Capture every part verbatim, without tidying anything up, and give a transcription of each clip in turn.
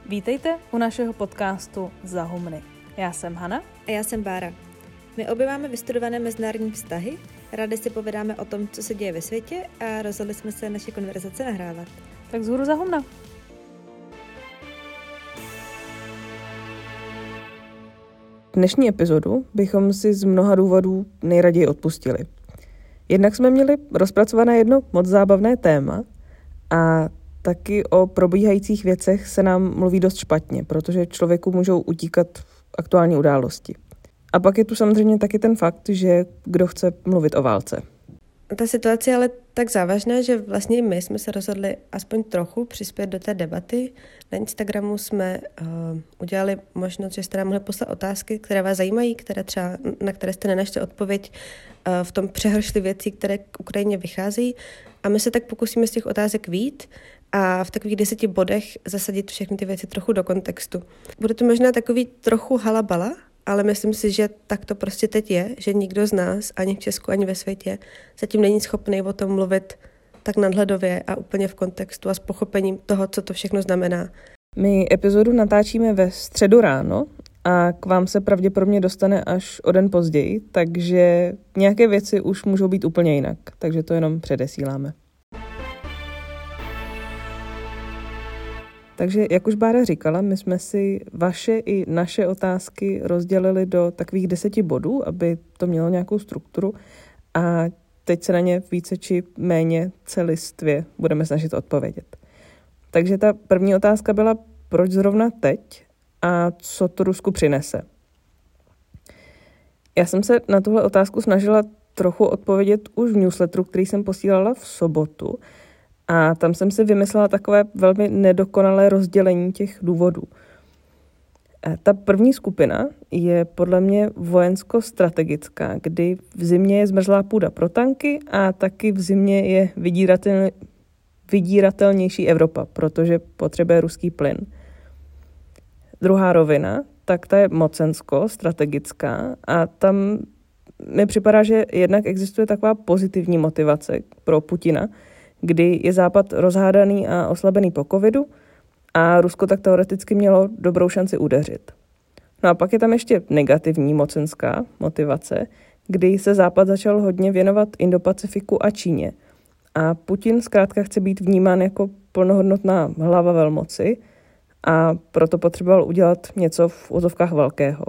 Vítejte u našeho podcastu Za humny. Já jsem Hana. A já jsem Bára. My obě máme vystudované mezinárodní vztahy, rádi si povídáme o tom, co se děje ve světě a rozhodli jsme se naše konverzace nahrávat. Tak vzhůru za humna. Dnešní epizodu bychom si z mnoha důvodů nejraději odpustili. Jednak jsme měli rozpracované jedno moc zábavné téma a taky o probíhajících věcech se nám mluví dost špatně, protože člověku můžou utíkat aktuální události. A pak je tu samozřejmě taky ten fakt, že kdo chce mluvit o válce. Ta situace je ale tak závažná, že vlastně my jsme se rozhodli aspoň trochu přispět do té debaty. Na Instagramu jsme uh, udělali možnost, že jste nám mohli poslat otázky, které vás zajímají, které třeba, na které jste nenašli odpověď uh, v tom přehršli věcí, které k Ukrajině vycházejí. A my se tak pokusíme z těch otázek vyjít a v takových deseti bodech zasadit všechny ty věci trochu do kontextu. Bude to možná takový trochu halabala, ale myslím si, že tak to prostě teď je, že nikdo z nás, ani v Česku, ani ve světě, zatím není schopný o tom mluvit tak nadhledově a úplně v kontextu a s pochopením toho, co to všechno znamená. My epizodu natáčíme ve středu ráno a k vám se pravděpodobně dostane až o den později, takže nějaké věci už můžou být úplně jinak, takže to jenom předesíláme. Takže, jak už Bára říkala, my jsme si vaše i naše otázky rozdělili do takových deseti bodů, aby to mělo nějakou strukturu a teď se na ně více či méně celistvě budeme snažit odpovědět. Takže ta první otázka byla, proč zrovna teď a co to Rusku přinese. Já jsem se na tuhle otázku snažila trochu odpovědět už v newsletteru, který jsem posílala v sobotu, a tam jsem si vymyslela takové velmi nedokonalé rozdělení těch důvodů. Ta první skupina je podle mě vojensko-strategická, kdy v zimě je zmrzlá půda pro tanky a taky v zimě je vydíratel, vydíratelnější Evropa, protože potřebuje ruský plyn. Druhá rovina, tak ta je mocensko-strategická a tam mi připadá, že jednak existuje taková pozitivní motivace pro Putina, kdy je Západ rozhádaný a oslabený po covidu a Rusko tak teoreticky mělo dobrou šanci udeřit. No a pak je tam ještě negativní mocenská motivace, kdy se Západ začal hodně věnovat Indo-Pacifiku a Číně. A Putin zkrátka chce být vnímán jako plnohodnotná hlava velmoci a proto potřeboval udělat něco v úzovkách velkého.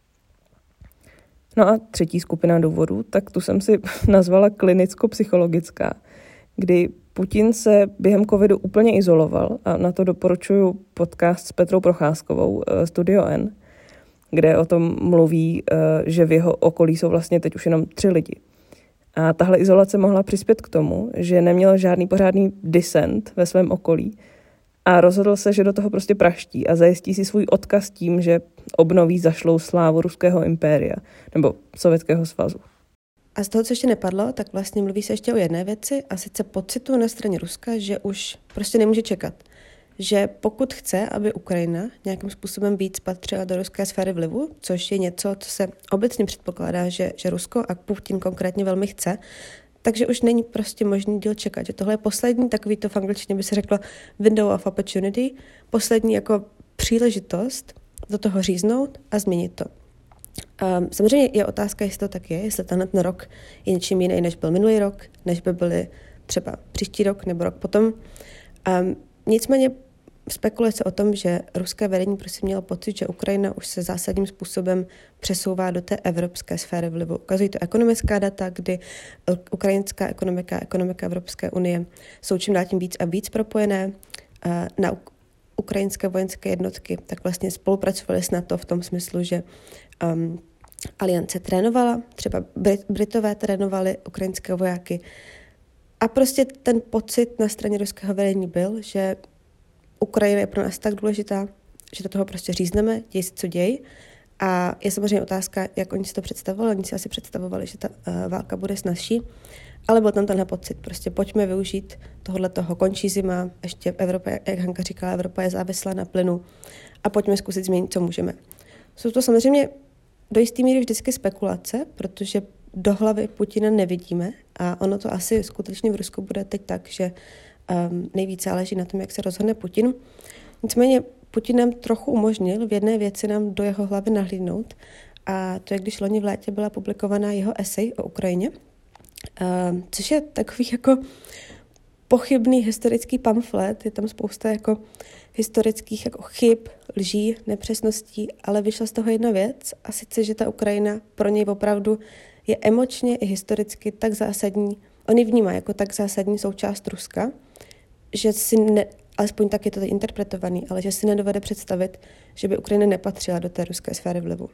No a třetí skupina důvodů, tak tu jsem si nazvala klinicko-psychologická, kdy Putin se během covidu úplně izoloval a na to doporučuji podcast s Petrou Procházkovou, Studio N, kde o tom mluví, že v jeho okolí jsou vlastně teď už jenom tři lidi. A tahle izolace mohla přispět k tomu, že neměl žádný pořádný disent ve svém okolí a rozhodl se, že do toho prostě praští a zajistí si svůj odkaz tím, že obnoví zašlou slávu ruského impéria nebo Sovětského svazu. A z toho, co ještě nepadlo, tak vlastně mluví se ještě o jedné věci, a sice pocitu na straně Ruska, že už prostě nemůže čekat. Že pokud chce, aby Ukrajina nějakým způsobem víc patřila do ruské sféry vlivu, což je něco, co se obecně předpokládá, že, že Rusko a Putin konkrétně velmi chce, takže už není prostě možný díl čekat. Že tohle je poslední, takový to v angličtině by se řeklo window of opportunity, poslední jako příležitost do toho říznout a změnit to. Um, samozřejmě je otázka, jestli to tak je, jestli tenhle ten rok je něčím jiný, než byl minulý rok, než by byly třeba příští rok nebo rok potom. Um, nicméně spekuluje se o tom, že ruské vedení prostě mělo pocit, že Ukrajina už se zásadním způsobem přesouvá do té evropské sféry vlivu. Ukazují to ekonomická data, kdy ukrajinská ekonomika a ekonomika Evropské unie jsou čím dál tím víc a víc propojené. Uh, na ukrajinské vojenské jednotky tak vlastně spolupracovaly s NATO v tom smyslu, že um, aliance trénovala, třeba Brit- Britové trénovali ukrajinské vojáky. A prostě ten pocit na straně ruského vedení byl, že Ukrajina je pro nás tak důležitá, že do toho prostě řízneme, děj se, co děj. A je samozřejmě otázka, jak oni si to představovali. Oni si asi představovali, že ta uh, válka bude snazší, ale byl tam tenhle pocit. Prostě pojďme využít tohle toho. Končí zima, ještě Evropa, jak Hanka říkala, Evropa je závislá na plynu a pojďme zkusit změnit, co můžeme. Jsou to samozřejmě do jisté míry vždycky spekulace, protože do hlavy Putina nevidíme a ono to asi skutečně v Rusku bude teď tak, že um, nejvíce záleží na tom, jak se rozhodne Putin. Nicméně Putin nám trochu umožnil v jedné věci nám do jeho hlavy nahlídnout, a to je, když loni v létě byla publikovaná jeho esej o Ukrajině, uh, což je takový jako pochybný historický pamflet, je tam spousta jako historických jako chyb, lží, nepřesností, ale vyšla z toho jedna věc, a sice, že ta Ukrajina pro něj opravdu je emočně i historicky tak zásadní, on ji vnímá jako tak zásadní součást Ruska, že si, ne, alespoň tak je to interpretovaný, ale že si nedovede představit, že by Ukrajina nepatřila do té ruské sféry vlivu.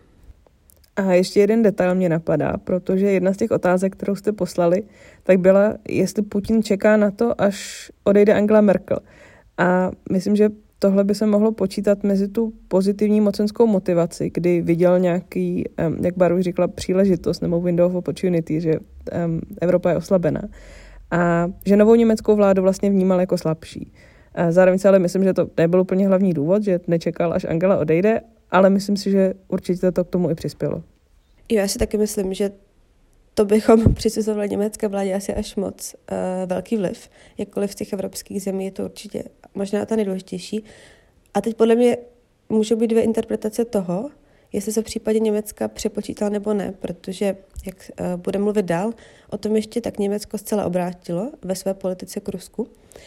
A ještě jeden detail mě napadá, protože jedna z těch otázek, kterou jste poslali, tak byla, jestli Putin čeká na to, až odejde Angela Merkel. A myslím, že tohle by se mohlo počítat mezi tu pozitivní mocenskou motivaci, kdy viděl nějaký, jak Baruch říkala, příležitost nebo window of opportunity, že Evropa je oslabená. A že novou německou vládu vlastně vnímal jako slabší. A zároveň si ale myslím, že to nebyl úplně hlavní důvod, že nečekal, až Angela odejde, ale myslím si, že určitě to k tomu i přispělo. Jo, já si taky myslím, že to bychom přisuzovali německé vládě asi až moc uh, velký vliv. Jakkoliv z těch evropských zemí je to určitě možná ta nejdůležitější. A teď podle mě můžou být dvě interpretace toho, jestli se v případě Německa přepočítal nebo ne, protože, jak uh, bude mluvit dál, o tom ještě tak Německo zcela obrátilo ve své politice k Rusku.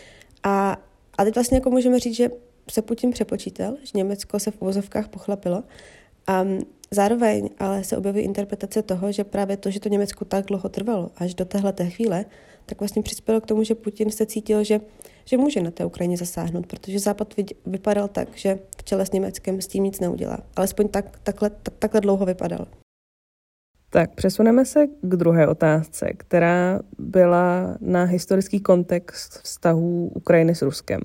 A, a teď vlastně jako můžeme říct, že se Putin přepočítal, že Německo se v uvozovkách pochlapilo. A zároveň ale se objeví interpretace toho, že právě to, že to Německu tak dlouho trvalo, až do téhleté chvíle, tak vlastně přispělo k tomu, že Putin se cítil, že, že může na té Ukrajině zasáhnout, protože Západ vypadal tak, že v čele s Německem s tím nic neudělá. Alespoň tak, takhle, tak, takhle dlouho vypadal. Tak přesuneme se k druhé otázce, která byla na historický kontext vztahů Ukrajiny s Ruskem.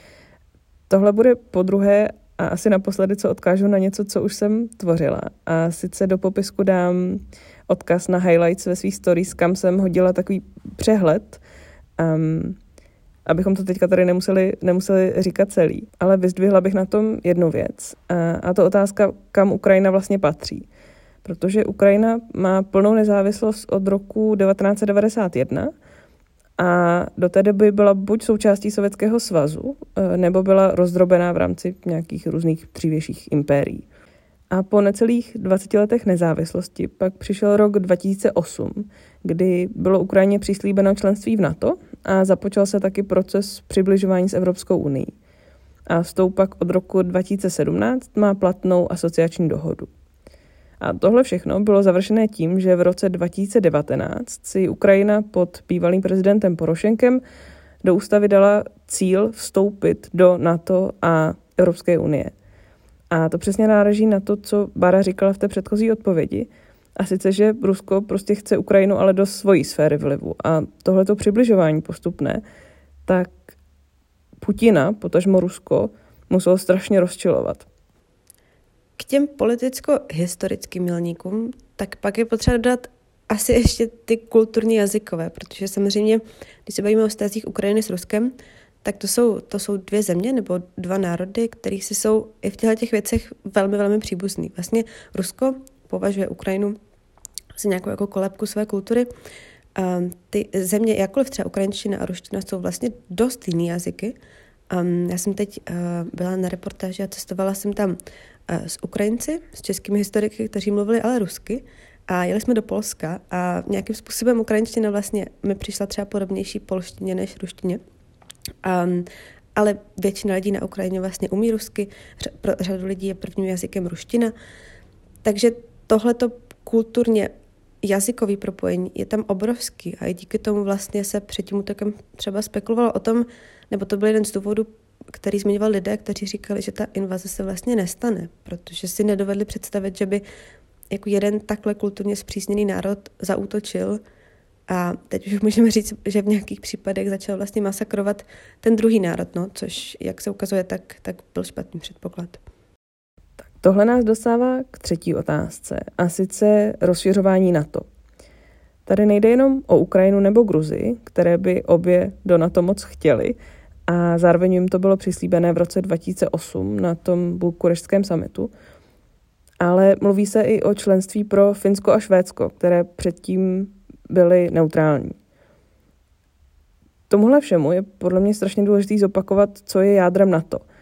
Tohle bude podruhé a asi naposledy, co odkážu na něco, co už jsem tvořila. A sice do popisku dám odkaz na highlights ve svých stories, kam jsem hodila takový přehled, um, abychom to teďka tady nemuseli, nemuseli říkat celý. Ale vyzdvihla bych na tom jednu věc. A, a to otázka, kam Ukrajina vlastně patří. Protože Ukrajina má plnou nezávislost od roku devatenáct set devadesát jedna a do té doby byla buď součástí Sovětského svazu, nebo byla rozdrobená v rámci nějakých různých dřívějších impérií. A po necelých dvaceti letech nezávislosti pak přišel rok dva tisíce osm, kdy bylo Ukrajině přislíbeno členství v NATO a započal se taky proces přibližování s Evropskou unií. A s tou pak od roku dva tisíce sedmnáct má platnou asociační dohodu. A tohle všechno bylo završené tím, že v roce dva tisíce devatenáct si Ukrajina pod bývalým prezidentem Porošenkem do ústavy dala cíl vstoupit do NATO a Evropské unie. A to přesně náleží na to, co Bára říkala v té předchozí odpovědi. A sice, že Rusko prostě chce Ukrajinu ale do svojí sféry vlivu. A tohleto přibližování postupné, tak Putina, potažmo Rusko, muselo strašně rozčilovat. K těm politicko-historickým milníkům, tak pak je potřeba dodat asi ještě ty kulturní jazykové, protože samozřejmě, když se bavíme o vztazích Ukrajiny s Ruskem, tak to jsou, to jsou dvě země nebo dva národy, které si jsou i v těchto těch věcech velmi, velmi příbuzný. Vlastně Rusko považuje Ukrajinu za nějakou jako kolébku své kultury. Um, ty země, jakkoliv třeba ukrajinština a ruština, jsou vlastně dost jiný jazyky. Um, já jsem teď uh, byla na reportáži a cestovala jsem tam uh, s Ukrajinci, s českými historiky, kteří mluvili ale rusky. A jeli jsme do Polska a nějakým způsobem ukrajinština vlastně mi přišla třeba podobnější polštině než ruštině. Um, ale většina lidí na Ukrajině vlastně umí rusky, pro řadu lidí je prvním jazykem ruština. Takže tohleto kulturně jazykový propojení je tam obrovský a i díky tomu vlastně se před tím útokem třeba spekulovalo o tom, nebo to byl jeden z důvodů, který zmiňoval lidé, kteří říkali, že ta invaze se vlastně nestane, protože si nedovedli představit, že by jako jeden takhle kulturně zpřísněný národ zaútočil a teď už můžeme říct, že v nějakých případech začal vlastně masakrovat ten druhý národ, no, což, jak se ukazuje, tak, tak byl špatný předpoklad. Tak tohle nás dostává k třetí otázce, a sice rozšiřování NATO. Tady nejde jenom o Ukrajinu nebo Gruzii, které by obě do NATO moc chtěly, a zároveň jim to bylo přislíbené v roce dva tisíce osm na tom bukurešťském summitu, ale mluví se i o členství pro Finsko a Švédsko, které předtím byly neutrální. Tomuhle všemu je podle mě strašně důležité zopakovat, co je jádrem NATO.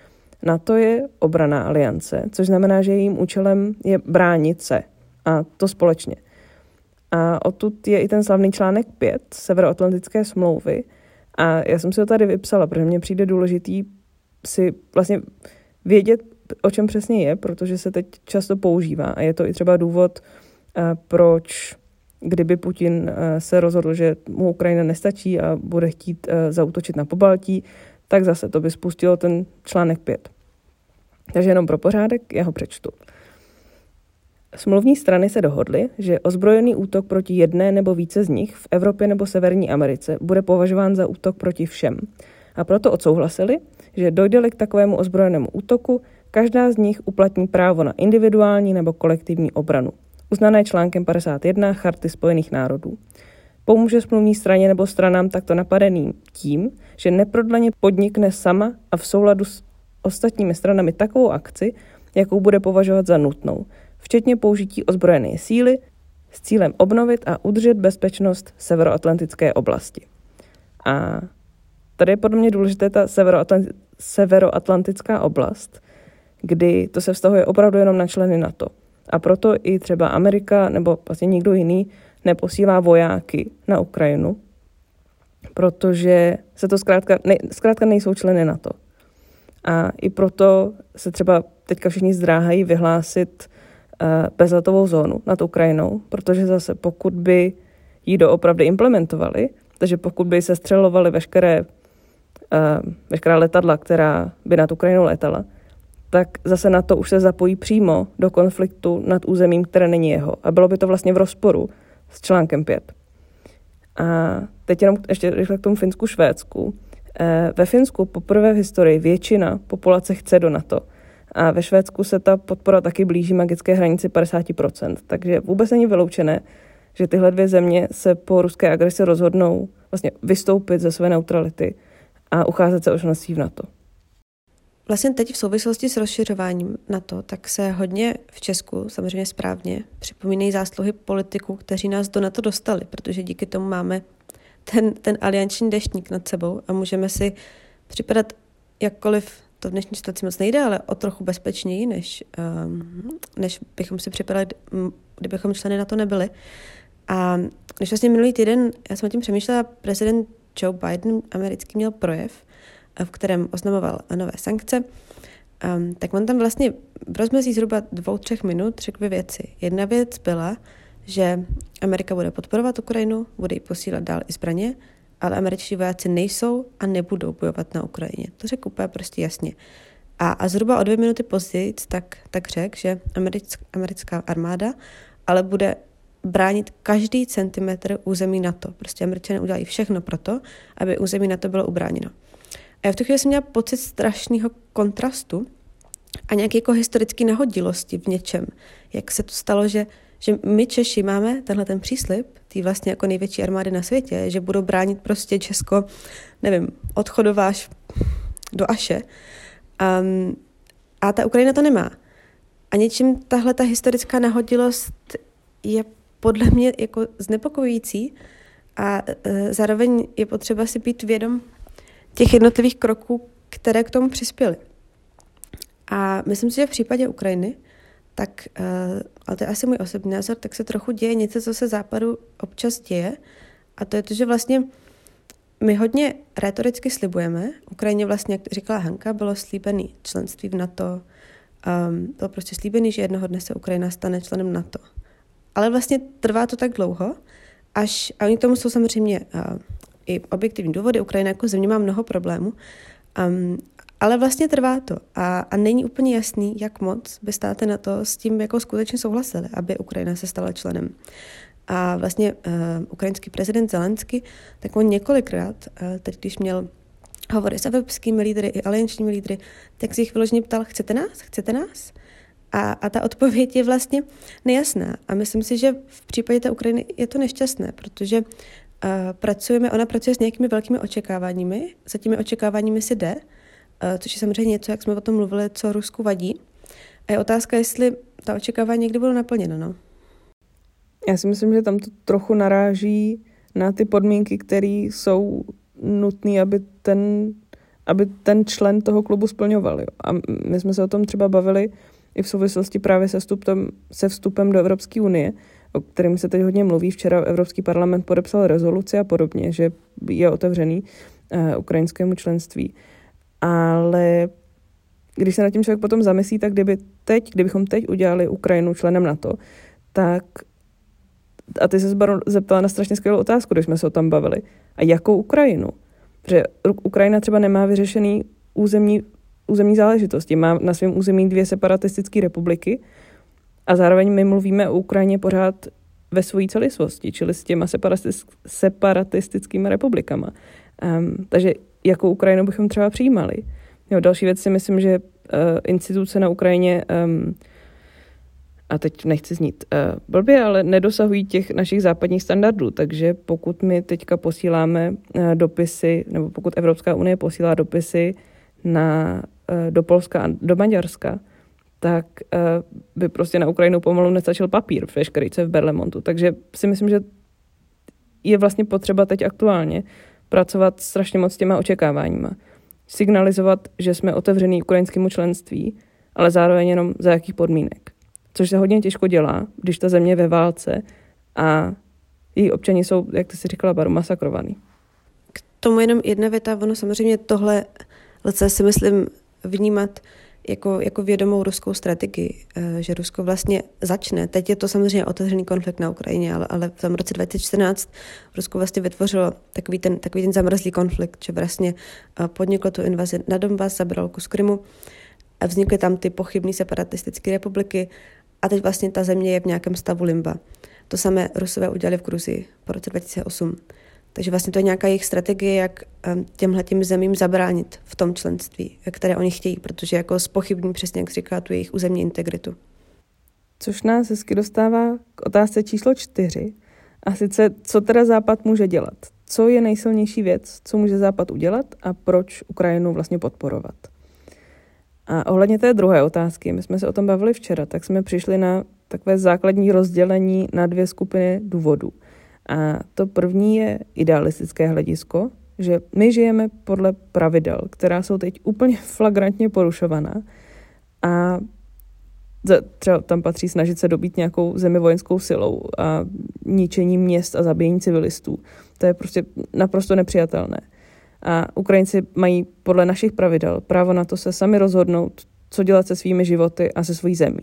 NATO je obranná aliance, což znamená, že jejím účelem je bránit se, a to společně. A odtud je i ten slavný článek pět Severoatlantické smlouvy. A já jsem si ho tady vypsala, protože mně přijde důležitý si vlastně vědět, o čem přesně je, protože se teď často používá. A je to i třeba důvod, proč kdyby Putin se rozhodl, že mu Ukrajina nestačí a bude chtít zaútočit na Pobaltí, tak zase to by spustilo ten článek pět. Takže jenom pro pořádek, já ho přečtu. Smluvní strany se dohodly, že ozbrojený útok proti jedné nebo více z nich v Evropě nebo Severní Americe bude považován za útok proti všem. A proto odsouhlasili, že dojde-li k takovému ozbrojenému útoku, každá z nich uplatní právo na individuální nebo kolektivní obranu, uznané článkem padesát jedna Charty Spojených národů. Pomůže smluvní straně nebo stranám takto napadeným tím, že neprodleně podnikne sama a v souladu s ostatními stranami takovou akci, jakou bude považovat za nutnou, včetně použití ozbrojené síly s cílem obnovit a udržet bezpečnost severoatlantické oblasti. A tady je podle mě důležité ta severoatlanti- severoatlantická oblast, kdy to se vztahuje opravdu jenom na členy NATO. A proto i třeba Amerika nebo vlastně nikdo jiný neposílá vojáky na Ukrajinu, protože se to zkrátka, ne, zkrátka nejsou členy NATO. A i proto se třeba teďka všichni zdráhají vyhlásit uh, bezletovou zónu nad Ukrajinou, protože zase pokud by ji doopravdy implementovali, takže pokud by se střelovaly veškeré, uh, veškerá letadla, která by nad Ukrajinou letala, tak zase NATO už se zapojí přímo do konfliktu nad územím, které není jeho. A bylo by to vlastně v rozporu s článkem pět. A teď jenom ještě rychle k tomu Finsku, Švédsku. E, ve Finsku poprvé v historii většina populace chce do NATO. A ve Švédsku se ta podpora taky blíží magické hranici padesát procent. Takže vůbec není vyloučené, že tyhle dvě země se po ruské agresi rozhodnou vlastně vystoupit ze své neutrality a ucházet se o členství v NATO. Vlastně teď v souvislosti s rozšiřováním NATO, tak se hodně v Česku, samozřejmě správně, připomínají zásluhy politiků, kteří nás do NATO dostali, protože díky tomu máme ten, ten alianční deštník nad sebou a můžeme si připadat jakkoliv, to v dnešní situaci moc nejde, ale o trochu bezpečněji, než, um, než bychom si připadali, kdybychom členy NATO nebyli. A když vlastně minulý týden, já jsem o tím přemýšlela, prezident Joe Biden americký měl projev, v kterém oznamoval nové sankce, um, tak on tam vlastně v rozmezí zhruba dvou, třech minut řekl dvě věci. Jedna věc byla, že Amerika bude podporovat Ukrajinu, bude jí posílat dál i zbraně, ale američtí vojáci nejsou a nebudou bojovat na Ukrajině. To řekl úplně prostě jasně. A, a zhruba o dvě minuty později tak, tak řekl, že americká, americká armáda ale bude bránit každý centimetr území NATO. Prostě Američané udělají všechno pro to, aby území NATO bylo ubráněno. A já v tu chvíli jsem měla pocit strašného kontrastu a nějaké jako historické nahodilosti v něčem. Jak se to stalo, že, že my Češi máme tenhle ten příslib, tý vlastně jako největší armády na světě, že budou bránit prostě Česko, nevím, od Chodova až do Aše. Um, a ta Ukrajina to nemá. A něčím tahle ta historická nahodilost je podle mě jako znepokojující a e, zároveň je potřeba si být vědom těch jednotlivých kroků, které k tomu přispěly. A myslím si, že v případě Ukrajiny, tak, uh, ale to je asi můj osobní názor, tak se trochu děje něco, co se západu občas děje. A to je to, že vlastně my hodně rétoricky slibujeme. Ukrajině vlastně, jak říkala Hanka, bylo slíbený členství v NATO. Um, bylo prostě slíbený, že jednoho dne se Ukrajina stane členem NATO. Ale vlastně trvá to tak dlouho, až, a oni k tomu jsou samozřejmě uh, i objektivní důvody. Ukrajina jako země má mnoho problémů, um, ale vlastně trvá to a, a není úplně jasný, jak moc by státy na to s tím jako skutečně souhlasili, aby Ukrajina se stala členem. A vlastně uh, ukrajinský prezident Zelensky, tak on několikrát, uh, teď když měl hovory s evropskými lídry i aliančními lídry, tak si jich vyloženě ptal, chcete nás? Chcete nás? A, a ta odpověď je vlastně nejasná. A myslím si, že v případě té Ukrajiny je to nešťastné, protože uh, pracujeme, ona pracuje s nějakými velkými očekáváními, za těmi očekáváními si jde, uh, což je samozřejmě něco, jak jsme o tom mluvili, co Rusku vadí. A je otázka, jestli ta očekávání někdy budou naplněna. No? Já si myslím, že tam to trochu naráží na ty podmínky, které jsou nutné, aby ten aby ten člen toho klubu splňoval. Jo. A my jsme se o tom třeba bavili i v souvislosti právě se vstupem, se vstupem do Evropské unie, o kterém se teď hodně mluví. Včera Evropský parlament podepsal rezoluci a podobně, že je otevřený uh, ukrajinskému členství. Ale když se nad tím člověk potom zamyslí, tak kdyby teď, kdybychom teď udělali Ukrajinu členem NATO, tak a ty se zeptala na strašně skvělou otázku, když jsme se o tom bavili. A jakou Ukrajinu? Protože Ukrajina třeba nemá vyřešený územní, územní záležitosti. Má na svém území dvě separatistické republiky a zároveň my mluvíme o Ukrajině pořád ve své celistvosti, čili s těma separatistickými republikama. Um, takže jakou Ukrajinu bychom třeba přijímali? Jo, další věc si myslím, že uh, instituce na Ukrajině um, a teď nechci znít uh, blbě, ale nedosahují těch našich západních standardů, takže pokud my teďka posíláme uh, dopisy, nebo pokud Evropská unie posílá dopisy na, uh, do Polska a do Maďarska, tak uh, by prostě na Ukrajinu pomalu nestačil papír veškerý, co je v Berlemontu. Takže si myslím, že je vlastně potřeba teď aktuálně pracovat strašně moc s těma očekáváníma. Signalizovat, že jsme otevřený ukrajinskému členství, ale zároveň jenom za jakých podmínek. Což se hodně těžko dělá, když ta země je ve válce a její občani jsou, jak ty si říkala, Baru, masakrovaný. K tomu jenom jedna věta, ono samozřejmě tohle lze si myslím vnímat jako, jako vědomou ruskou strategii, že Rusko vlastně začne. Teď je to samozřejmě otevřený konflikt na Ukrajině, ale, ale v tom roce dva tisíce čtrnáct Rusko vlastně vytvořilo takový ten, takový ten zamrzlý konflikt, že vlastně podniklo tu invazi na Donbas, zabralo kus Krymu a vznikly tam ty pochybné separatistické republiky a teď vlastně ta země je v nějakém stavu limba. To samé Rusové udělali v Gruzii po roce dva tisíce osm. Takže vlastně to je nějaká jejich strategie, jak těmhletím zemím zabránit v tom členství, které oni chtějí, protože jako zpochybní přesně, jak říká, tu jejich územní integritu. Což nás hezky dostává k otázce číslo čtyři. A sice, co teda Západ může dělat? Co je nejsilnější věc, co může Západ udělat a proč Ukrajinu vlastně podporovat? A ohledně té druhé otázky, my jsme se o tom bavili včera, tak jsme přišli na takové základní rozdělení na dvě skupiny důvodů. A to první je idealistické hledisko, že my žijeme podle pravidel, která jsou teď úplně flagrantně porušovaná a třeba tam patří snažit se dobít nějakou zemi vojenskou silou a ničení měst a zabíjení civilistů. To je prostě naprosto nepřijatelné. A Ukrajinci mají podle našich pravidel právo na to se sami rozhodnout, co dělat se svými životy a se svojí zemí.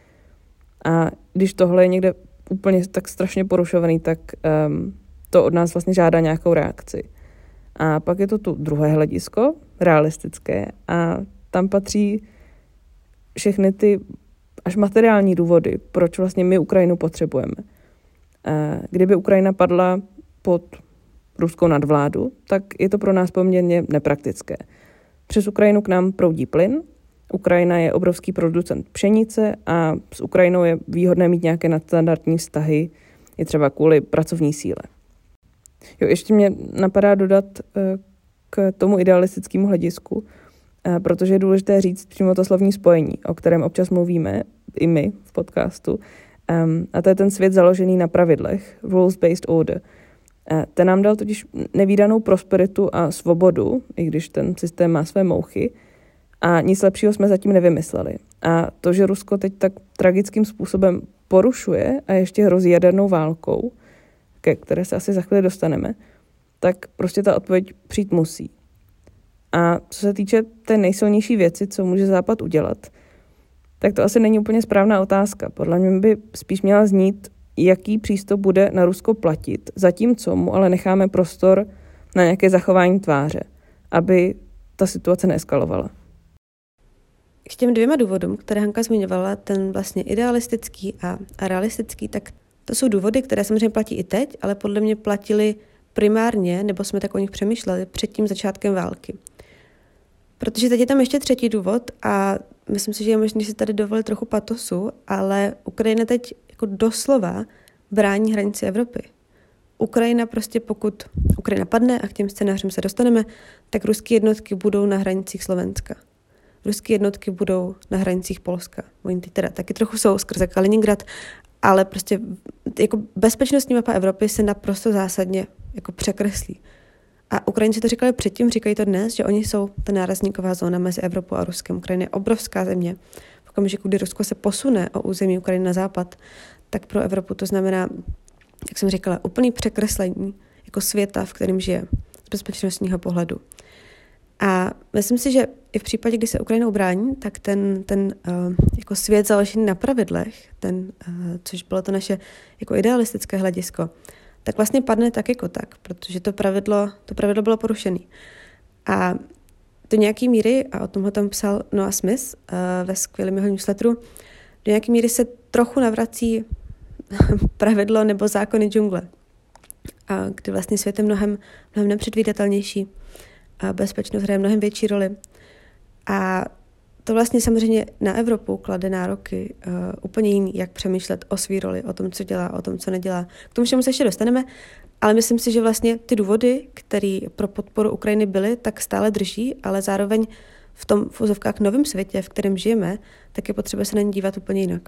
A když tohle je někde úplně tak strašně porušovaný, tak um, to od nás vlastně žádá nějakou reakci. A pak je to tu druhé hledisko, realistické, a tam patří všechny ty až materiální důvody, proč vlastně my Ukrajinu potřebujeme. Kdyby Ukrajina padla pod ruskou nadvládu, tak je to pro nás poměrně nepraktické. Přes Ukrajinu k nám proudí plyn, Ukrajina je obrovský producent pšenice a s Ukrajinou je výhodné mít nějaké nadstandardní vztahy, je třeba kvůli pracovní síle. Jo, ještě mě napadá dodat k tomu idealistickému hledisku, protože je důležité říct přímo to slovní spojení, o kterém občas mluvíme i my v podcastu. A to je ten svět založený na pravidlech, rules-based order. Ten nám dal totiž nevídanou prosperitu a svobodu, i když ten systém má své mouchy, a nic lepšího jsme zatím nevymysleli. A to, že Rusko teď tak tragickým způsobem porušuje a ještě hrozí jadernou válkou, ke které se asi za chvíli dostaneme, tak prostě ta odpověď přijít musí. A co se týče té nejsilnější věci, co může Západ udělat, tak to asi není úplně správná otázka. Podle mě by spíš měla znít, jaký přístup bude na Rusko platit, zatímco mu ale necháme prostor na nějaké zachování tváře, aby ta situace neeskalovala. K těm dvěma důvodům, které Hanka zmiňovala, ten vlastně idealistický a, a realistický, tak to jsou důvody, které samozřejmě platí i teď, ale podle mě platily primárně, nebo jsme tak o nich přemýšleli, před tím začátkem války. Protože teď je tam ještě třetí důvod a myslím si, že je možné si tady dovolit trochu patosu, ale Ukrajina teď jako doslova brání hranici Evropy. Ukrajina prostě, pokud Ukrajina padne a k těm scénářům se dostaneme, tak ruské jednotky budou na hranicích Slovenska. Ruské jednotky budou na hranicích Polska. Oni teď teda taky trochu jsou skrze Kaliningrad, ale prostě jako bezpečnostní mapa Evropy se naprosto zásadně jako překreslí. A Ukrajinci to říkali předtím, říkají to dnes, že oni jsou ta nárazníková zóna mezi Evropou a Ruskem. Ukrajina je obrovská země. V okamžiku, kdy Rusko se posune o území Ukrajiny na západ, tak pro Evropu to znamená, jak jsem říkala, úplný překreslení jako světa, v kterém žije, z bezpečnostního pohledu. A myslím si, že i v případě, kdy se Ukrajina ubrání, tak ten, ten uh, jako svět založený na pravidlech, ten, uh, což bylo to naše jako idealistické hledisko, tak vlastně padne tak jako tak, protože to pravidlo, to pravidlo bylo porušené. A do nějaké míry, a o tom ho tam psal Noah Smith uh, ve skvělém jeho newsletteru, do nějaké míry se trochu navrací pravidlo nebo zákony džungle, a kdy vlastně svět je mnohem, mnohem nepředvídatelnější a bezpečnost hraje mnohem větší roli. A to vlastně samozřejmě na Evropu klade nároky uh, úplně jiný, jak přemýšlet o své roli, o tom, co dělá, o tom, co nedělá. K tomu všemu se ještě dostaneme, ale myslím si, že vlastně ty důvody, které pro podporu Ukrajiny byly, tak stále drží, ale zároveň v tom v úzovkách novém světě, v kterém žijeme, tak je potřeba se na ně dívat úplně jinak.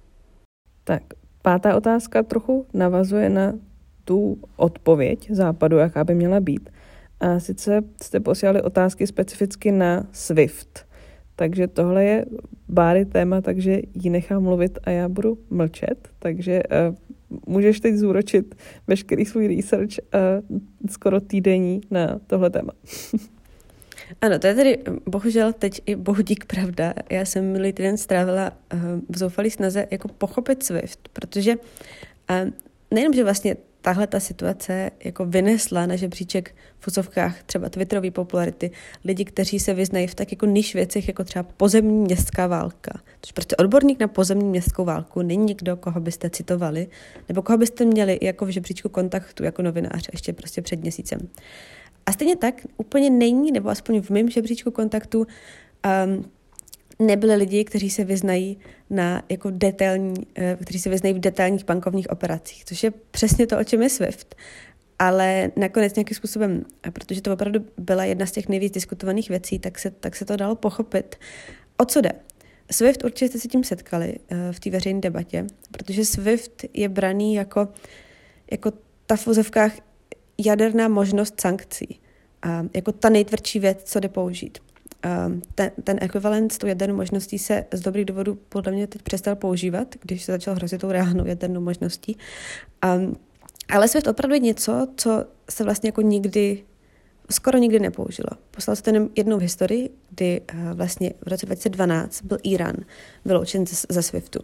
Tak, pátá otázka trochu navazuje na tu odpověď Západu, jaká by měla být. A sice jste posílali otázky specificky na SWIFT. Takže tohle je Báry téma, takže ji nechám mluvit a já budu mlčet. Takže uh, můžeš teď zúročit veškerý svůj research uh, skoro týdenní na tohle téma. Ano, to je tedy bohužel teď i bohudík pravda. Já jsem minulý týden strávila uh, v zoufalý snaze jako pochopit SWIFT, protože uh, nejenom, že vlastně tahle ta situace jako vynesla na žebříček v úzovkách třeba twitterové popularity lidi, kteří se vyznají v tak jako niž věcech, jako třeba pozemní městská válka. Což prostě odborník na pozemní městskou válku není někdo, koho byste citovali, nebo koho byste měli jako v žebříčku kontaktu jako novinář ještě prostě před měsícem. A stejně tak úplně není, nebo aspoň v mém žebříčku kontaktu um, nebyli lidi, kteří se vyznají na jako detailní, kteří se vyznají v detailních bankovních operacích, což je přesně to, o čem je SWIFT. Ale nakonec nějakým způsobem, protože to opravdu byla jedna z těch nejvíc diskutovaných věcí, tak se, tak se to dalo pochopit. O co jde? SWIFT, určitě jste se tím setkali v té veřejné debatě, protože SWIFT je braný jako, jako ta v uvozovkách jaderná možnost sankcí. A jako ta nejtvrdší věc, co jde použít. Ten, ten ekvivalent s tou jadernou možností se z dobrých důvodů podle mě teď přestal používat, když se začal hrozit tou reálnou jadernou možností. Um, ale SWIFT opravdu je něco, co se vlastně jako nikdy, skoro nikdy nepoužilo. Poslal se ten jednou v historii, kdy uh, vlastně v roce dva tisíce dvanáct byl Irán vyloučen ze, ze SWIFTu.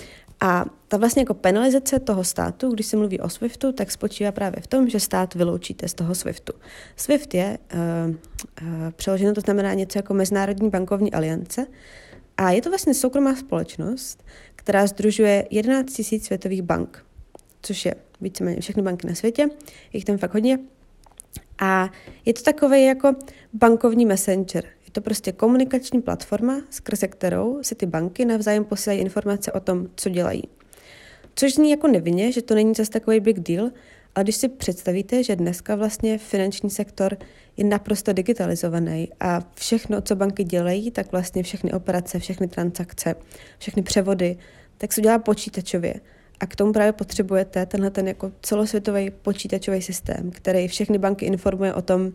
A ta vlastně jako penalizace toho státu, když se mluví o SWIFTu, tak spočívá právě v tom, že stát vyloučíte z toho SWIFTu. SWIFT je uh, uh, přeloženo, to znamená něco jako Mezinárodní bankovní aliance a je to vlastně soukromá společnost, která sdružuje jedenáct tisíc světových bank, což je víceméně všechny banky na světě, je jich tam fakt hodně. A je to takový jako bankovní messenger. Je to prostě komunikační platforma, skrze kterou si ty banky navzájem posílají informace o tom, co dělají. Což zní jako nevinně, že to není zase takový big deal, ale když si představíte, že dneska vlastně finanční sektor je naprosto digitalizovaný a všechno, co banky dělají, tak vlastně všechny operace, všechny transakce, všechny převody, tak se dělá počítačově. A k tomu právě potřebujete tenhle ten jako celosvětový počítačový systém, který všechny banky informuje o tom,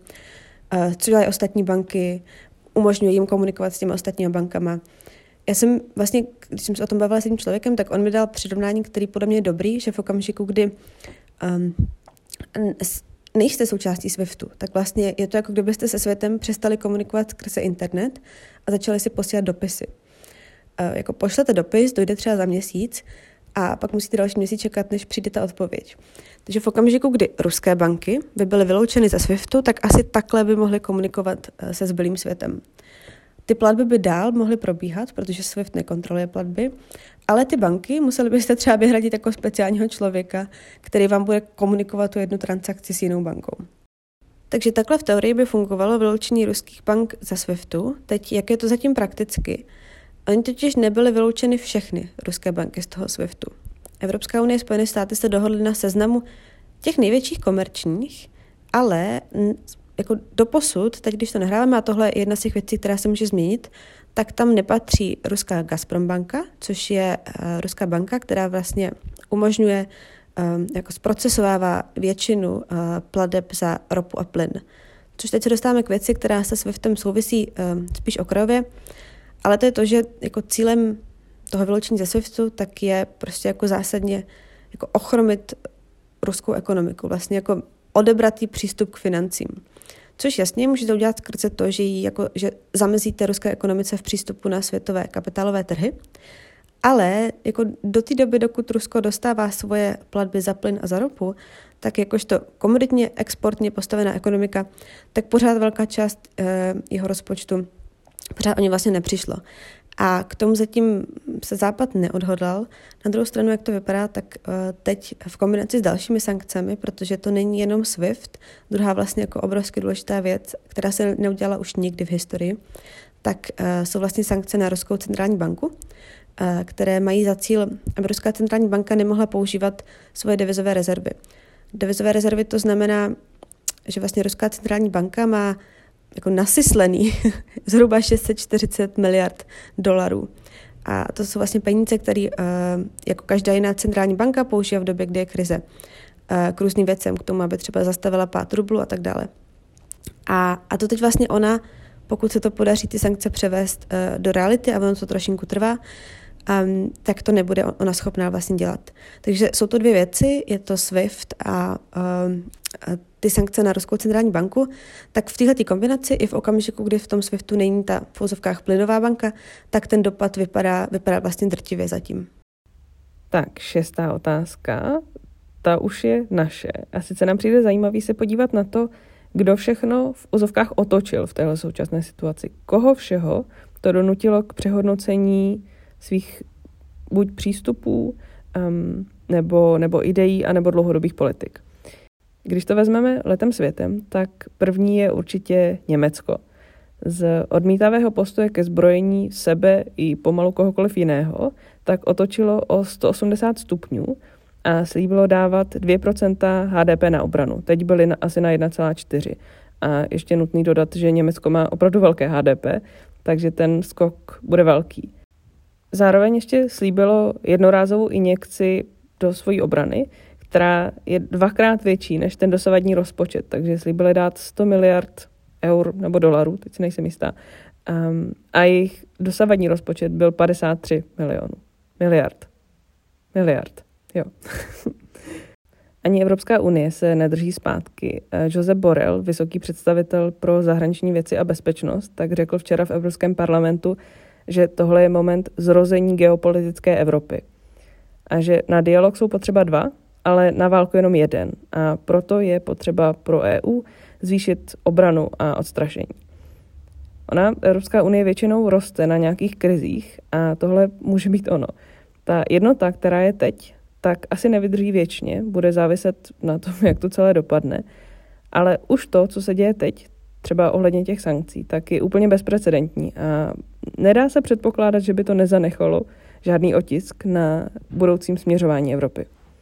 co dělají ostatní banky, umožňuje jim komunikovat s těmi ostatními bankama. Já jsem vlastně, když jsem se o tom bavila s tím člověkem, tak on mi dal přirovnání, který podle mě je dobrý, že v okamžiku, kdy um, nejste součástí SWIFTu, tak vlastně je to jako kdybyste se světem přestali komunikovat skrze internet a začali si posílat dopisy. Uh, jako pošlete dopis, dojde třeba za měsíc, a pak musíte další měsíc čekat, než přijde ta odpověď. Takže v okamžiku, kdy ruské banky by byly vyloučeny ze SWIFTu, tak asi takhle by mohly komunikovat se zbylým světem. Ty platby by dál mohly probíhat, protože SWIFT nekontroluje platby, ale ty banky museli byste třeba vyhradit jako speciálního člověka, který vám bude komunikovat tu jednu transakci s jinou bankou. Takže takhle v teorii by fungovalo vyloučení ruských bank ze SWIFTu. Teď, jak je to zatím prakticky? Oni totiž nebyly vyloučeny všechny ruské banky z toho SWIFTu. Evropská unie a Spojené státy se dohodly na seznamu těch největších komerčních, ale jako doposud, teď když to nahráváme, a tohle je jedna z těch věcí, která se může změnit, tak tam nepatří ruská Gazprom banka, což je uh, ruská banka, která vlastně umožňuje, um, jako zprocesovává většinu uh, plateb za ropu a plyn. Což teď se dostáváme k věci, která se SWIFTem souvisí uh, spíš okrajově, ale to je to, že jako cílem toho vyloučení ze SWIFTu tak je prostě jako zásadně jako ochromit ruskou ekonomiku, vlastně jako odebrat jí přístup k financím. Což jasně můžete udělat skrze to, že, jí jako, že zamezíte ruské ekonomice v přístupu na světové kapitálové trhy, ale jako do té doby, dokud Rusko dostává svoje platby za plyn a za ropu, tak jakožto komoditně exportně postavená ekonomika, tak pořád velká část e, jeho rozpočtu pořád o ně vlastně nepřišlo. A k tomu zatím se Západ neodhodlal. Na druhou stranu, jak to vypadá, tak uh, teď v kombinaci s dalšími sankcemi, protože to není jenom SWIFT, druhá vlastně jako obrovsky důležitá věc, která se neudělala už nikdy v historii, tak uh, jsou vlastně sankce na Ruskou centrální banku, uh, které mají za cíl, aby Ruská centrální banka nemohla používat svoje devizové rezervy. Devizové rezervy to znamená, že vlastně Ruská centrální banka má jako nasyslený zhruba šest set čtyřicet miliard dolarů. A to jsou vlastně peníze, které uh, jako každá jiná centrální banka používá v době, kdy je krize uh, k různým věcem, k tomu, aby třeba zastavila pád rublu a tak dále. A, a to teď vlastně ona, pokud se to podaří ty sankce převést uh, do reality, a ono to trošinku trvá, um, tak to nebude ona schopná vlastně dělat. Takže jsou to dvě věci, je to SWIFT a, um, a ty sankce na Ruskou centrální banku, tak v této kombinaci i v okamžiku, kdy v tom SWIFTu není ta v uvozovkách plynová banka, tak ten dopad vypadá, vypadá vlastně drtivě zatím. Tak, šestá otázka, ta už je naše. A sice nám přijde zajímavý se podívat na to, kdo všechno v uvozovkách otočil v téhle současné situaci. Koho všeho to donutilo k přehodnocení svých buď přístupů, um, nebo, nebo ideí, anebo dlouhodobých politik. Když to vezmeme letem světem, tak první je určitě Německo. Z odmítavého postoje ke zbrojení sebe i pomalu kohokoliv jiného, tak otočilo o sto osmdesát stupňů a slíbilo dávat dvě procenta H D P na obranu. Teď byly na, asi na jedna celá čtyři. A ještě nutný dodat, že Německo má opravdu velké H D P, takže ten skok bude velký. Zároveň ještě slíbilo jednorázovou injekci do své obrany, která je dvakrát větší než ten dosavadní rozpočet, takže slíbili dát sto miliard eur nebo dolarů, teď si nejsem jistá, um, a jejich dosavadní rozpočet byl padesát tři milionů. Miliard. Miliard, jo. Ani Evropská unie se nedrží zpátky. Josep Borrell, vysoký představitel pro zahraniční věci a bezpečnost, tak řekl včera v Evropském parlamentu, že tohle je moment zrození geopolitické Evropy. A že na dialog jsou potřeba dva, ale na válku jenom jeden. A proto je potřeba pro E U zvýšit obranu a odstrašení. Ona, Evropská unie, většinou roste na nějakých krizích a tohle může být ono. Ta jednota, která je teď, tak asi nevydrží věčně, bude záviset na tom, jak to celé dopadne. Ale už to, co se děje teď, třeba ohledně těch sankcí, tak je úplně bezprecedentní a nedá se předpokládat, že by to nezanechalo žádný otisk na budoucím směřování Evropy.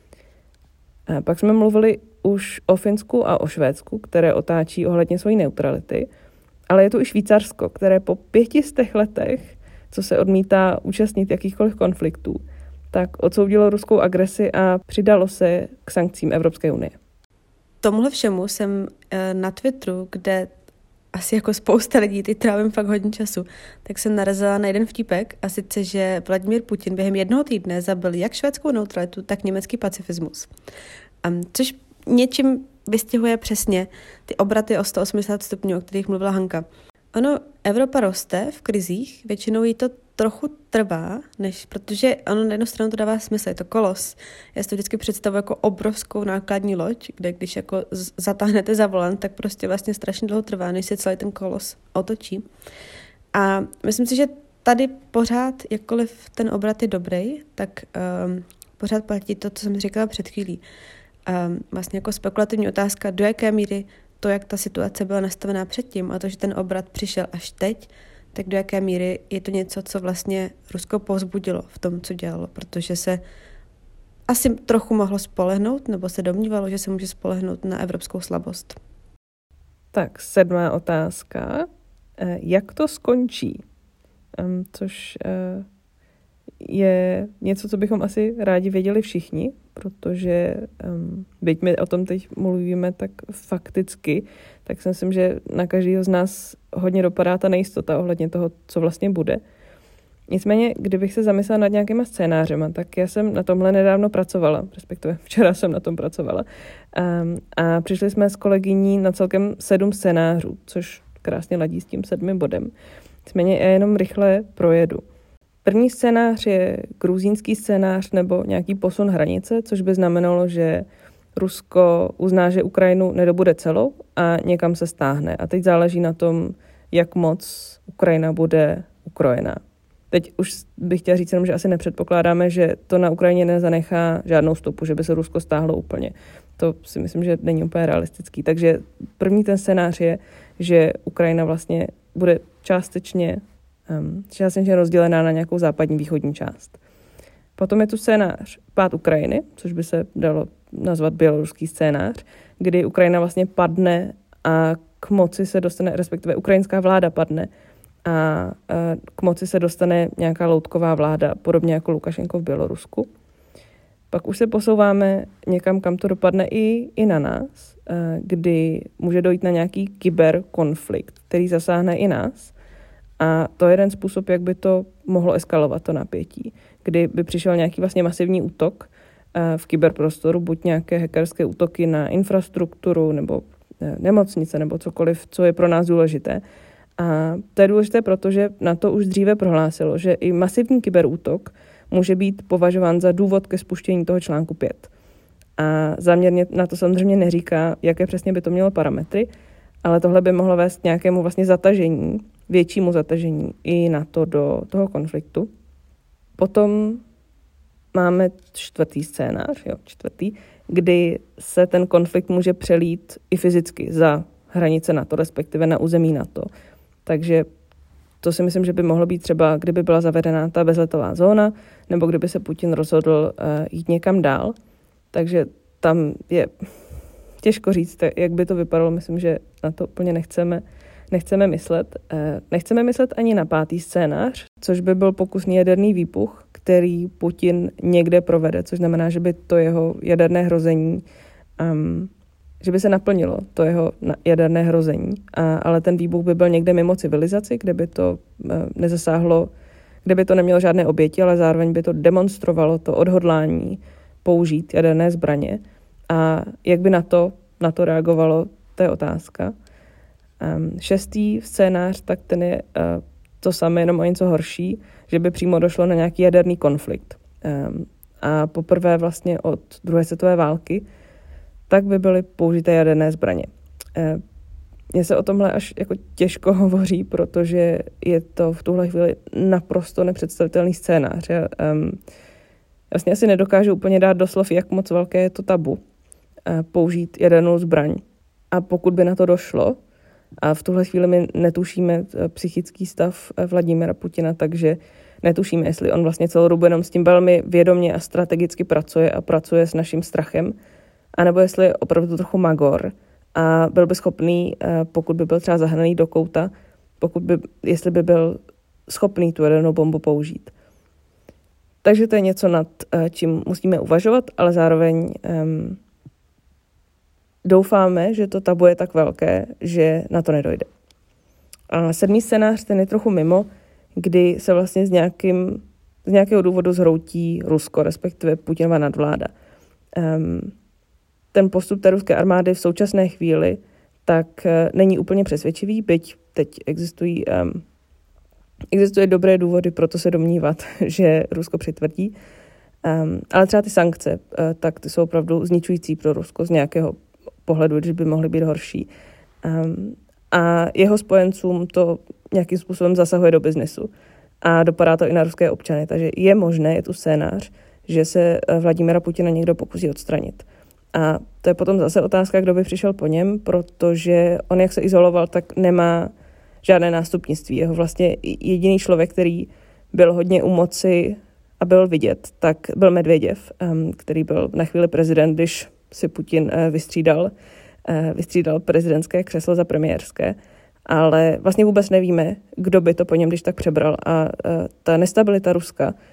A pak jsme mluvili už o Finsku a o Švédsku, které otáčí ohledně své neutrality, ale je tu i Švýcarsko, které po pětistech letech, co se odmítá účastnit jakýchkoliv konfliktů, tak odsoudilo ruskou agresi a přidalo se k sankcím Evropské unie. Tomuhle všemu jsem na Twitteru, kde asi jako spousta lidí, teď trávím fakt hodně času, tak jsem narazila na jeden vtípek, a sice, že Vladimír Putin během jednoho týdne zabil jak švédskou neutralitu, tak německý pacifismus. Um, což něčím vystihuje přesně ty obraty o sto osmdesát stupňů, o kterých mluvila Hanka. Ono, Evropa roste v krizích, většinou jí to trochu trvá, než, protože ono na jednu stranu to dává smysl, je to kolos. Já si to vždycky představuji jako obrovskou nákladní loď, kde když jako zatáhnete za volant, tak prostě vlastně strašně dlouho trvá, než se celý ten kolos otočí. A myslím si, že tady pořád, jakkoliv ten obrat je dobrý, tak um, pořád platí to, co jsem říkala před chvílí. Um, vlastně jako spekulativní otázka, do jaké míry to, jak ta situace byla nastavená předtím a to, že ten obrat přišel až teď, tak do jaké míry je to něco, co vlastně Rusko povzbudilo v tom, co dělalo, protože se asi trochu mohlo spolehnout, nebo se domnívalo, že se může spolehnout na evropskou slabost. Tak, sedmá otázka. Jak to skončí? Což je něco, co bychom asi rádi věděli všichni, protože um, byť my o tom teď mluvíme tak fakticky, tak si myslím, že na každého z nás hodně dopadá ta nejistota ohledně toho, co vlastně bude. Nicméně, kdybych se zamyslela nad nějakýma scénářema, tak já jsem na tomhle nedávno pracovala, respektive včera jsem na tom pracovala. Um, a přišli jsme s kolegyní na celkem sedm scénářů, což krásně ladí s tím sedmi bodem. Nicméně já jenom rychle projedu. První scénář je gruzínský scénář nebo nějaký posun hranice, což by znamenalo, že Rusko uzná, že Ukrajinu nedobude celou a někam se stáhne. A teď záleží na tom, jak moc Ukrajina bude ukrojená. Teď už bych chtěla říct jenom, že asi nepředpokládáme, že to na Ukrajině nezanechá žádnou stopu, že by se Rusko stáhlo úplně. To si myslím, že není úplně realistický. Takže první ten scénář je, že Ukrajina vlastně bude částečně, um, částečně rozdělená na nějakou západní východní část. Potom je tu scénář pád Ukrajiny, což by se dalo nazvat běloruský scénář, kdy Ukrajina vlastně padne a k moci se dostane, respektive ukrajinská vláda padne a k moci se dostane nějaká loutková vláda, podobně jako Lukašenko v Bělorusku. Pak už se posouváme někam, kam to dopadne i, i na nás, kdy může dojít na nějaký kyberkonflikt, který zasáhne i nás. A to je jeden způsob, jak by to mohlo eskalovat, to napětí. Kdy by přišel nějaký vlastně masivní útok v kyberprostoru, buď nějaké hackerské útoky na infrastrukturu nebo nemocnice nebo cokoliv, co je pro nás důležité. A to je důležité, protože na to už dříve prohlásilo, že i masivní kyberútok může být považován za důvod ke spuštění toho článku pět. A záměrně na to samozřejmě neříká, jaké přesně by to mělo parametry, ale tohle by mohlo vést k nějakému vlastně zatažení, většímu zatažení i na to do toho konfliktu. Potom máme čtvrtý scénář, jo, čtvrtý, kdy se ten konflikt může přelít i fyzicky za hranice NATO, respektive na území NATO. Takže to si myslím, že by mohlo být třeba, kdyby byla zavedená ta bezletová zóna, nebo kdyby se Putin rozhodl uh, jít někam dál. Takže tam je těžko říct, jak by to vypadalo. Myslím, že na to úplně nechceme, nechceme myslet. Uh, nechceme myslet ani na pátý scénář, což by byl pokusný jaderný výbuch, který Putin někde provede, což znamená, že by to jeho jaderné hrození um, že by se naplnilo to jeho jaderné hrození, a, ale ten výbuch by byl někde mimo civilizaci, kde by to e, nezasáhlo, kde by to nemělo žádné oběti, ale zároveň by to demonstrovalo to odhodlání použít jaderné zbraně. A jak by na to, na to reagovalo, to je otázka. Um, šestý scénář, tak ten je uh, to samé, jenom o něco horší, že by přímo došlo na nějaký jaderný konflikt. Um, a poprvé vlastně od druhé světové války tak by byly použité jaderné zbraně. Mně se o tomhle až jako těžko hovoří, protože je to v tuhle chvíli naprosto nepředstavitelný scénář. Já um, vlastně asi nedokážu úplně dát do slov, jak moc velké je to tabu uh, použít jadernou zbraň. A pokud by na to došlo, a v tuhle chvíli my netušíme psychický stav Vladimira Putina, takže netušíme, jestli on vlastně celou dobu jenom s tím velmi vědomě a strategicky pracuje a pracuje s naším strachem, anebo jestli je opravdu trochu magor a byl by schopný, pokud by byl třeba zahnaný do kouta, pokud by, jestli by byl schopný tu jadernou bombu použít. Takže to je něco, nad čím musíme uvažovat, ale zároveň um, doufáme, že to tabu je tak velké, že na to nedojde. A sedmý scénář, ten je trochu mimo, kdy se vlastně z, nějakým, z nějakého důvodu zhroutí Rusko, respektive Putinova nadvláda. Um, ten postup té ruské armády v současné chvíli tak uh, není úplně přesvědčivý, byť teď existují, um, existují dobré důvody pro to se domnívat, že Rusko přitvrdí. Um, ale třeba ty sankce, uh, tak ty jsou opravdu zničující pro Rusko z nějakého pohledu, když by mohly být horší. Um, a jeho spojencům to nějakým způsobem zasahuje do biznesu. A dopadá to i na ruské občany. Takže je možné, je tu scénář, že se Vladimira Putina někdo pokusí odstranit. A to je potom zase otázka, kdo by přišel po něm, protože on, jak se izoloval, tak nemá žádné nástupnictví. Jeho vlastně jediný člověk, který byl hodně u moci a byl vidět, tak byl Medvěděv, který byl na chvíli prezident, když si Putin vystřídal, vystřídal prezidentské křeslo za premiérské. Ale vlastně vůbec nevíme, kdo by to po něm když tak přebral. A ta nestabilita Ruska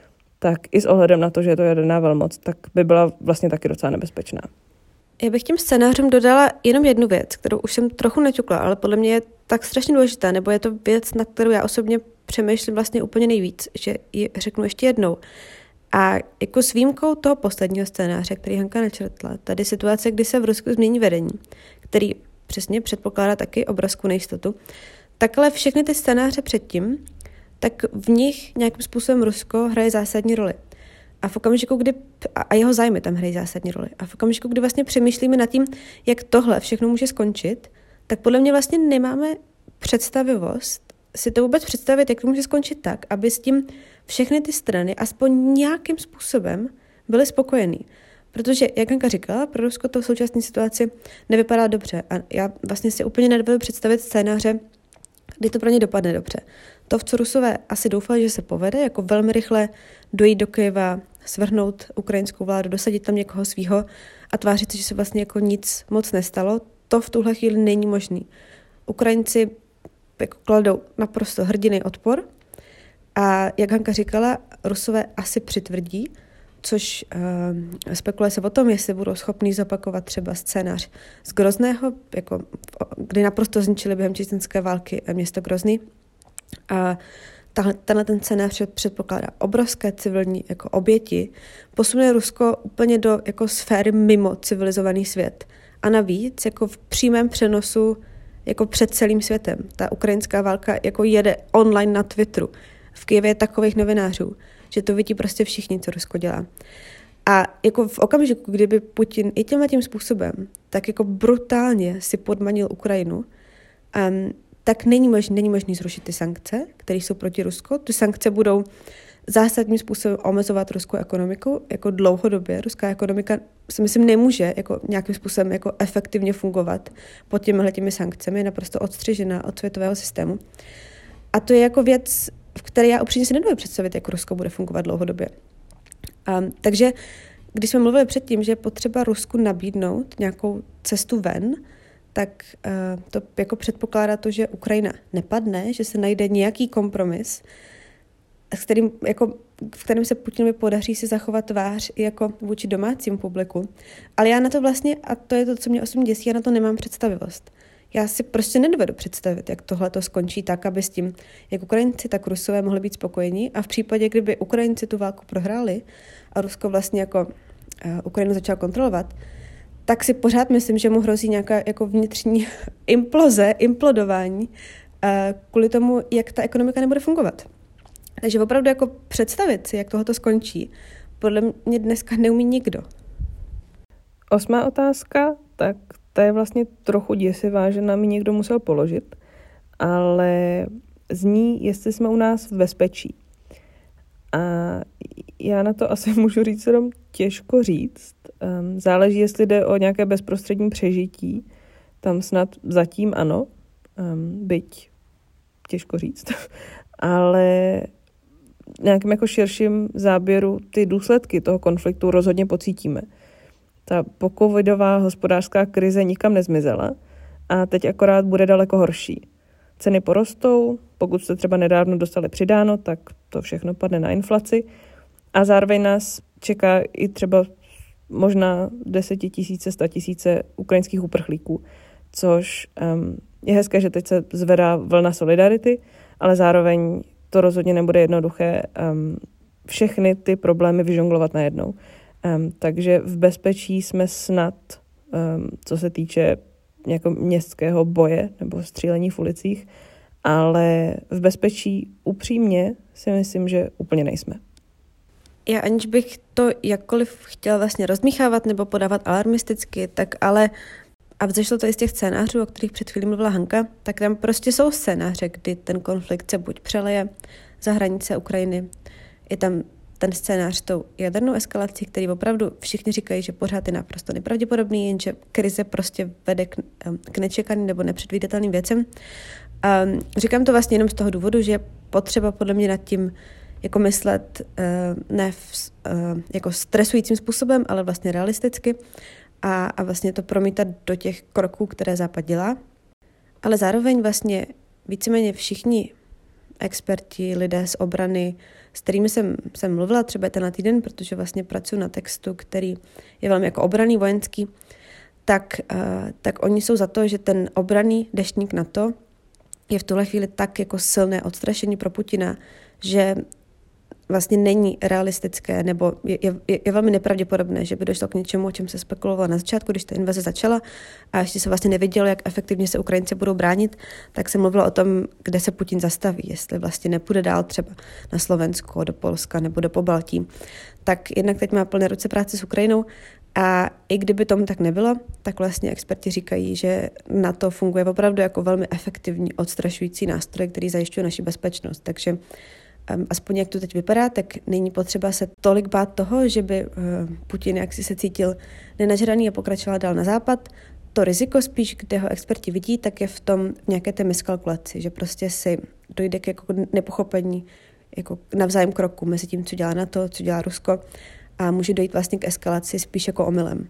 tak i s ohledem na to, že je to jaderná velmoc, tak by byla vlastně taky docela nebezpečná. Já bych těm scénářům dodala jenom jednu věc, kterou už jsem trochu neťukla, ale podle mě je tak strašně důležitá, nebo je to věc, na kterou já osobně přemýšlím vlastně úplně nejvíc, že ji řeknu ještě jednou. A jako s výjimkou toho posledního scénáře, který Hanka načrtla, tady situace, kdy se v Rusku změní vedení, který přesně předpokládá taky obrovskou nejistotu, tak ale všechny ty scénáře předtím, tak v nich nějakým způsobem Rusko hraje zásadní roli. A v okamžiku, kdy, a jeho zájmy tam hrají zásadní roli. A v okamžiku, kdy vlastně přemýšlíme nad tím, jak tohle všechno může skončit, tak podle mě vlastně nemáme představivost si to vůbec představit, jak to může skončit tak, aby s tím všechny ty strany aspoň nějakým způsobem byly spokojený. Protože, jak Hanka říkala, pro Rusko to v současné situaci nevypadá dobře. A já vlastně si úplně nedovedu představit scénáře, kdy to pro ně dopadne dobře. To, v co Rusové asi doufali, že se povede, jako velmi rychle dojít do Kyjeva, svrhnout ukrajinskou vládu, dosadit tam někoho svýho a tvářit se, že se vlastně jako nic moc nestalo, to v tuhle chvíli není možný. Ukrajinci jako kladou naprosto hrdinný odpor a jak Hanka říkala, Rusové asi přitvrdí, což uh, spekuluje se o tom, jestli budou schopní zopakovat třeba scénář z Grozného, jako, kdy naprosto zničili během čečenské války město Grozný. A tenhle ten scénář předpokládá obrovské civilní jako oběti, posune Rusko úplně do jako sféry mimo civilizovaný svět. A navíc jako v přímém přenosu jako před celým světem. Ta ukrajinská válka jako jede online na Twitteru. V Kyjevě je takových novinářů, že to vidí prostě všichni, co Rusko dělá. A jako v okamžiku, kdyby Putin i tímhle tím způsobem tak jako brutálně si podmanil Ukrajinu, um, tak není možný, není možný zrušit ty sankce, které jsou proti Rusku. Ty sankce budou zásadním způsobem omezovat ruskou ekonomiku jako dlouhodobě. Ruská ekonomika si myslím nemůže jako nějakým způsobem jako efektivně fungovat pod těmihle těmi sankcemi, je naprosto odstřižená od světového systému. A to je jako věc, v které já upřímně si nedovedu představit, jak Rusko bude fungovat dlouhodobě. Um, takže když jsme mluvili předtím, že je potřeba Rusku nabídnout nějakou cestu ven, tak uh, to jako předpokládá to, že Ukrajina nepadne, že se najde nějaký kompromis, s kterým, jako, v kterém se Putinovi podaří si zachovat tvář i jako vůči domácímu publiku. Ale já na to vlastně, a to je to, co mě osobně děsí, já na to nemám představivost. Já si prostě nedovedu představit, jak tohle to skončí tak, aby s tím, jak Ukrajinci, tak Rusové mohli být spokojení. A v případě, kdyby Ukrajinci tu válku prohráli a Rusko vlastně jako uh, Ukrajinu začal kontrolovat, tak si pořád myslím, že mu hrozí nějaká jako vnitřní imploze, implodování uh, kvůli tomu, jak ta ekonomika nebude fungovat. Takže opravdu jako představit si, jak tohoto skončí, podle mě dneska neumí nikdo. Osmá otázka, tak ta je vlastně trochu děsivá, že nám ji někdo musel položit, ale zní, jestli jsme u nás v bezpečí. A já na to asi můžu říct jenom těžko říct. Um, záleží, jestli jde o nějaké bezprostřední přežití. Tam snad zatím ano, um, byť těžko říct. Ale nějakým jako širším záběru ty důsledky toho konfliktu rozhodně pocítíme. Ta pocovidová hospodářská krize nikam nezmizela a teď akorát bude daleko horší. Ceny porostou, pokud jste třeba nedávno dostali přidáno, tak to všechno padne na inflaci a zároveň nás čeká i třeba možná desetitisíce, statisíce ukrajinských uprchlíků, což um, je hezké, že teď se zvedá vlna solidarity, ale zároveň to rozhodně nebude jednoduché um, všechny ty problémy vyžonglovat najednou. Um, takže v bezpečí jsme snad, um, co se týče nějakého městského boje nebo střílení v ulicích, ale v bezpečí upřímně si myslím, že úplně nejsme. Já aniž bych to jakkoliv chtěla vlastně rozmíchávat nebo podávat alarmisticky, tak ale, a vzešlo to i z těch scénářů, o kterých před chvílí mluvila Hanka, tak tam prostě jsou scénáře, kdy ten konflikt se buď přeleje za hranice Ukrajiny, je tam ten scénář tou jadernou eskalací, který opravdu všichni říkají, že pořád je naprosto nepravděpodobný, jenže krize prostě vede k, k nečekaným nebo nepředvídatelným věcem. Um, říkám to vlastně jenom z toho důvodu, že je potřeba podle mě nad tím jako myslet uh, ne v, uh, jako stresujícím způsobem, ale vlastně realisticky a, a vlastně to promítat do těch kroků, které Západ dělá. Ale zároveň vlastně víceméně všichni experti, lidé z obrany, s kterými jsem, jsem mluvila třeba tenhle týden, protože vlastně pracuji na textu, který je velmi jako obranný vojenský, tak, uh, tak oni jsou za to, že ten obranný deštník NATO je v tuhle chvíli tak jako silné odstrašení pro Putina, že vlastně není realistické, nebo je, je, je velmi nepravděpodobné, že by došlo k něčemu, o čem se spekulovalo na začátku, když ta invaze začala a ještě se vlastně nevědělo, jak efektivně se Ukrajinci budou bránit, tak se mluvilo o tom, kde se Putin zastaví, jestli vlastně nepůjde dál třeba na Slovensko, do Polska nebo do Pobaltí. Tak jednak teď má plné ruce práce s Ukrajinou a i kdyby tomu tak nebylo, tak vlastně experti říkají, že NATO funguje opravdu jako velmi efektivní odstrašující nástroj, který zajišťuje naši bezpečnost. Takže Um, aspoň jak to teď vypadá, tak není potřeba se tolik bát toho, že by uh, Putin jaksi se cítil nenažraný a pokračoval dál na západ. To riziko spíš, kde ho experti vidí, tak je v tom nějaké té miskalkulaci, že prostě si dojde k jako nepochopení jako navzájem kroku mezi tím, co dělá NATO, co dělá Rusko a může dojít vlastně k eskalaci spíš jako omylem.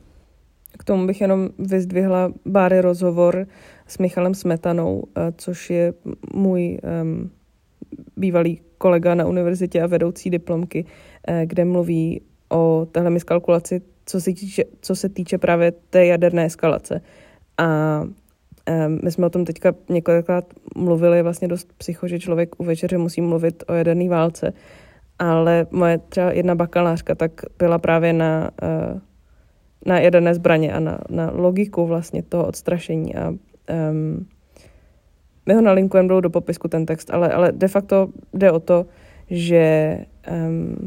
K tomu bych jenom vyzdvihla Báry rozhovor s Michalem Smetanou, což je můj um, bývalý kolega na univerzitě a vedoucí diplomky, kde mluví o téhle miskalkulaci, co se týče, co se týče právě té jaderné eskalace. A um, my jsme o tom teďka několikrát mluvili, je vlastně dost psycho, že člověk u večeře musí mluvit o jaderné válce, ale moje třeba jedna bakalářka tak byla právě na, uh, na jaderné zbraně a na, na logiku vlastně toho odstrašení a um, my ho nalinkujeme dolů do popisku ten text, ale, ale de facto jde o to, že um,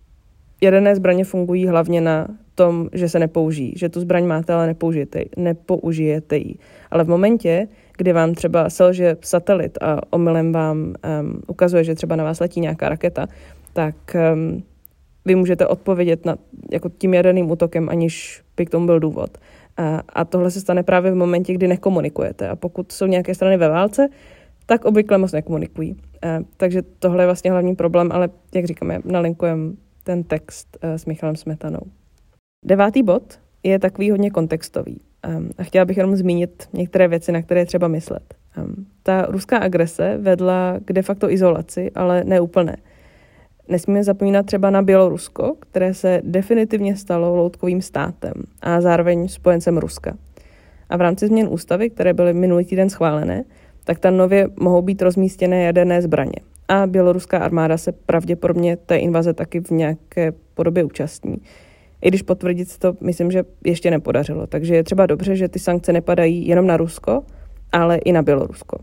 jaderné zbraně fungují hlavně na tom, že se nepoužijí, že tu zbraň máte, ale nepoužijete, nepoužijete ji. Ale v momentě, kdy vám třeba selže satelit a omylem vám um, ukazuje, že třeba na vás letí nějaká raketa, tak um, vy můžete odpovědět na, jako tím jaderným útokem, aniž by k tomu byl důvod. A, a tohle se stane právě v momentě, kdy nekomunikujete. A pokud jsou nějaké strany ve válce, tak obvykle moc nekomunikují. A, takže tohle je vlastně hlavní problém, ale jak říkáme, nalinkujeme ten text a, s Michalem Smetanou. Devátý bod je takový hodně kontextový. A, a chtěla bych jenom zmínit některé věci, na které je třeba myslet. A, ta ruská agrese vedla k de facto izolaci, ale ne úplné. Nesmíme zapomínat třeba na Bělorusko, které se definitivně stalo loutkovým státem a zároveň spojencem Ruska. A v rámci změn ústavy, které byly minulý týden schválené, tak tam nově mohou být rozmístěné jaderné zbraně. A běloruská armáda se pravděpodobně té invaze taky v nějaké podobě účastní. I když potvrdit si to, myslím, že ještě nepodařilo. Takže je třeba dobře, že ty sankce nepadají jenom na Rusko, ale i na Bělorusko.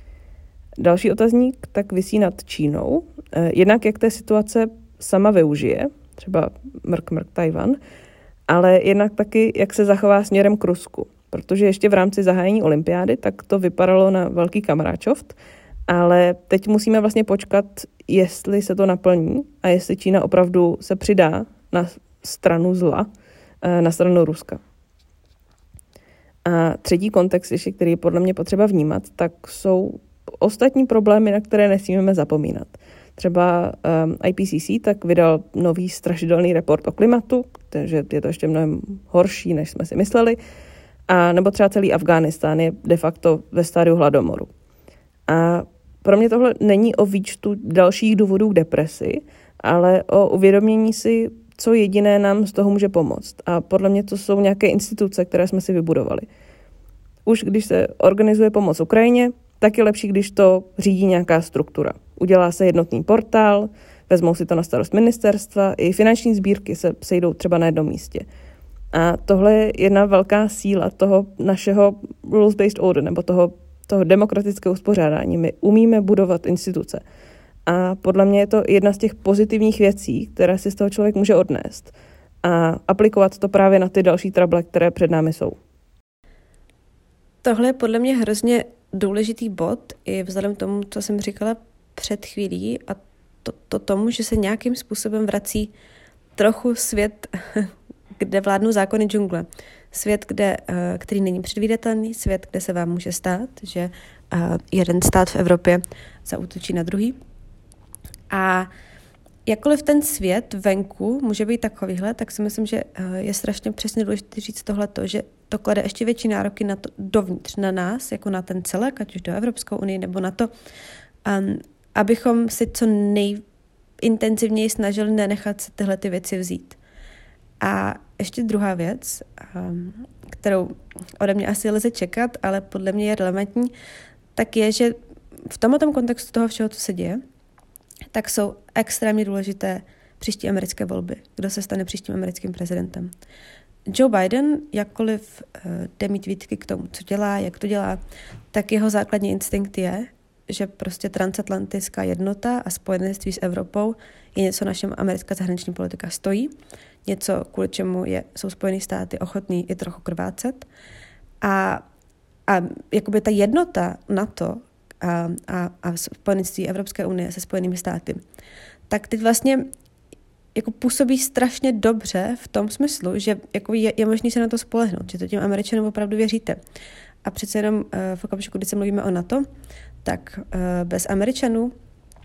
Další otazník tak visí nad Čínou. Jednak jak té situace sama využije, třeba mrk, mrk Tajvan, ale jednak taky, jak se zachová směrem k Rusku. Protože ještě v rámci zahájení olympiády tak to vypadalo na velký kamaráčoft, ale teď musíme vlastně počkat, jestli se to naplní a jestli Čína opravdu se přidá na stranu zla, na stranu Ruska. A třetí kontext, ještě, který je podle mě potřeba vnímat, tak jsou ostatní problémy, na které nesmíme zapomínat. Třeba um, I P C C tak vydal nový strašidelný report o klimatu, takže je to ještě mnohem horší, než jsme si mysleli. A nebo třeba celý Afghánistán je de facto ve stádiu hladomoru. A pro mě tohle není o výčtu dalších důvodů k depresi, ale o uvědomění si, co jediné nám z toho může pomoct. A podle mě to jsou nějaké instituce, které jsme si vybudovali. Už když se organizuje pomoc Ukrajině, tak je lepší, když to řídí nějaká struktura. Udělá se jednotný portál, vezmou si to na starost ministerstva, i finanční sbírky se sejdou třeba na jednom místě. A tohle je jedna velká síla toho našeho rules-based order, nebo toho, toho demokratického uspořádání. My umíme budovat instituce. A podle mě je to jedna z těch pozitivních věcí, které si z toho člověk může odnést. A aplikovat to právě na ty další trable, které před námi jsou. Tohle je podle mě hrozně důležitý bod i vzhledem k tomu, co jsem říkala před chvílí a to, to tomu, že se nějakým způsobem vrací trochu svět, kde vládnou zákony džungle. Svět, kde, který není předvídatelný, svět, kde se vám může stát, že jeden stát v Evropě zaútočí na druhý. A jakkoliv ten svět venku může být takovýhle, tak si myslím, že je strašně přesně důležité říct tohleto, že to klade ještě větší nároky na to dovnitř, na nás, jako na ten celek, ať už do Evropskou unii nebo na to, um, abychom si co nej, intenzivněji snažil nenechat se tyhle ty věci vzít. A ještě druhá věc, kterou ode mě asi lze čekat, ale podle mě je relevantní, tak je, že v tomto kontextu toho všeho, co se děje, tak jsou extrémně důležité příští americké volby. Kdo se stane příštím americkým prezidentem. Joe Biden, jakkoliv jde mít výtky k tomu, co dělá, jak to dělá, tak jeho základní instinkt je, že prostě transatlantická jednota a spojenectví s Evropou je něco, na čem americká zahraniční politika stojí, něco, kvůli čemu je, jsou Spojené státy ochotný i trochu krvácet. A, a jakoby ta jednota NATO a, a, a spojenectví Evropské unie se Spojenými státy, tak teď vlastně jako působí strašně dobře v tom smyslu, že jako je, je možné se na to spolehnout, že to těm Američanům opravdu věříte. A přece jenom uh, v okamžiku, kdy se mluvíme o NATO, tak uh, bez Američanů uh,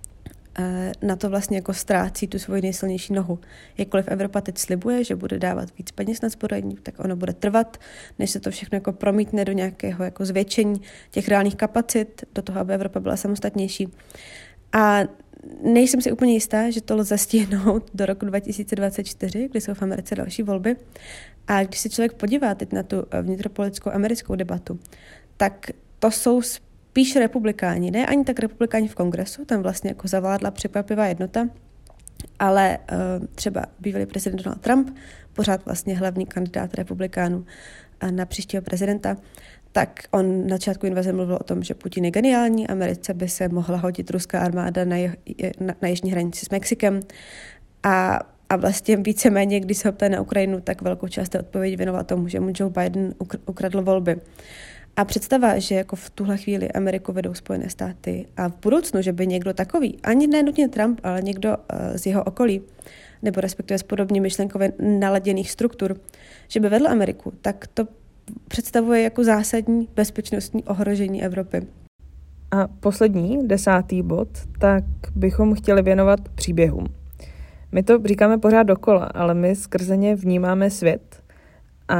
NATO vlastně jako ztrácí tu svoji nejsilnější nohu. Jakkoliv Evropa teď slibuje, že bude dávat víc peněz na zbrojení, tak ono bude trvat, než se to všechno jako promítne do nějakého jako zvětšení těch reálných kapacit, do toho, aby Evropa byla samostatnější. A nejsem si úplně jistá, že to lze stihnout do roku dva tisíce dvacet čtyři, kdy jsou v Americe další volby. A když se člověk podívá teď na tu vnitropolitickou americkou debatu, tak to jsou spíš republikáni, ne ani tak republikáni v kongresu, tam vlastně jako zavládla překvapivá jednota, ale uh, třeba bývalý prezident Donald Trump, pořád vlastně hlavní kandidát republikánů na příštího prezidenta, tak on na začátku invaze mluvil o tom, že Putin je geniální, Americe by se mohla hodit ruská armáda na, je, na, na jižní hranici s Mexikem a, a vlastně víceméně, když se ho ptá na Ukrajinu, tak velkou část té odpovědi věnoval tomu, že mu Joe Biden ukradl volby. A představa, že jako v tuhle chvíli Ameriku vedou Spojené státy a v budoucnu, že by někdo takový, ani ne nutně Trump, ale někdo uh, z jeho okolí, nebo respektive z podobně myšlenkově naladěných struktur, že by vedl Ameriku, tak to představuje jako zásadní bezpečnostní ohrožení Evropy. A poslední, desátý bod, tak bychom chtěli věnovat příběhům. My to říkáme pořád dokola, ale my skrze ně vnímáme svět a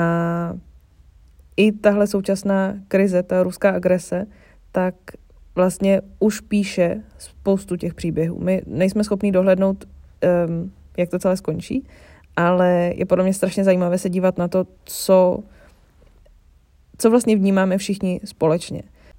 i tahle současná krize, ta ruská agrese, tak vlastně už píše spoustu těch příběhů. My nejsme schopni dohlédnout, um, jak to celé skončí, ale je podle mě strašně zajímavé se dívat na to, co, co vlastně vnímáme všichni společně.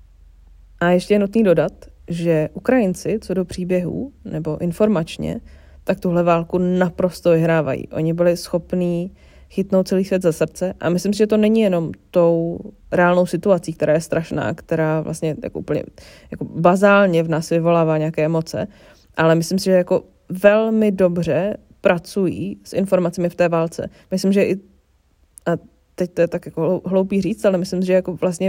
A ještě je nutný dodat, že Ukrajinci, co do příběhů, nebo informačně, tak tuhle válku naprosto vyhrávají. Oni byli schopní chytnout celý svět za srdce a myslím si, že to není jenom tou reálnou situací, která je strašná, která vlastně jako úplně jako bazálně v nás vyvolává nějaké emoce, ale myslím si, že jako velmi dobře pracují s informacemi v té válce. Myslím, že i, a teď to je tak jako hloupý říct, ale myslím, že jako vlastně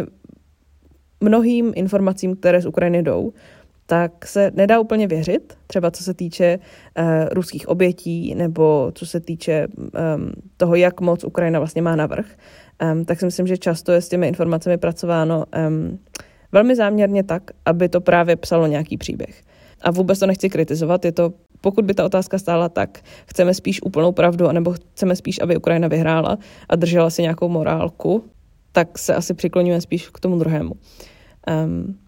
mnohým informacím, které z Ukrajiny jdou, tak se nedá úplně věřit, třeba co se týče uh, ruských obětí nebo co se týče um, toho, jak moc Ukrajina vlastně má navrch. Um, tak si myslím, že často je s těmi informacemi pracováno um, velmi záměrně tak, aby to právě psalo nějaký příběh. A vůbec to nechci kritizovat, je to, pokud by ta otázka stála tak, chceme spíš úplnou pravdu, anebo chceme spíš, aby Ukrajina vyhrála a držela si nějakou morálku, tak se asi přikloníme spíš k tomu druhému. Um,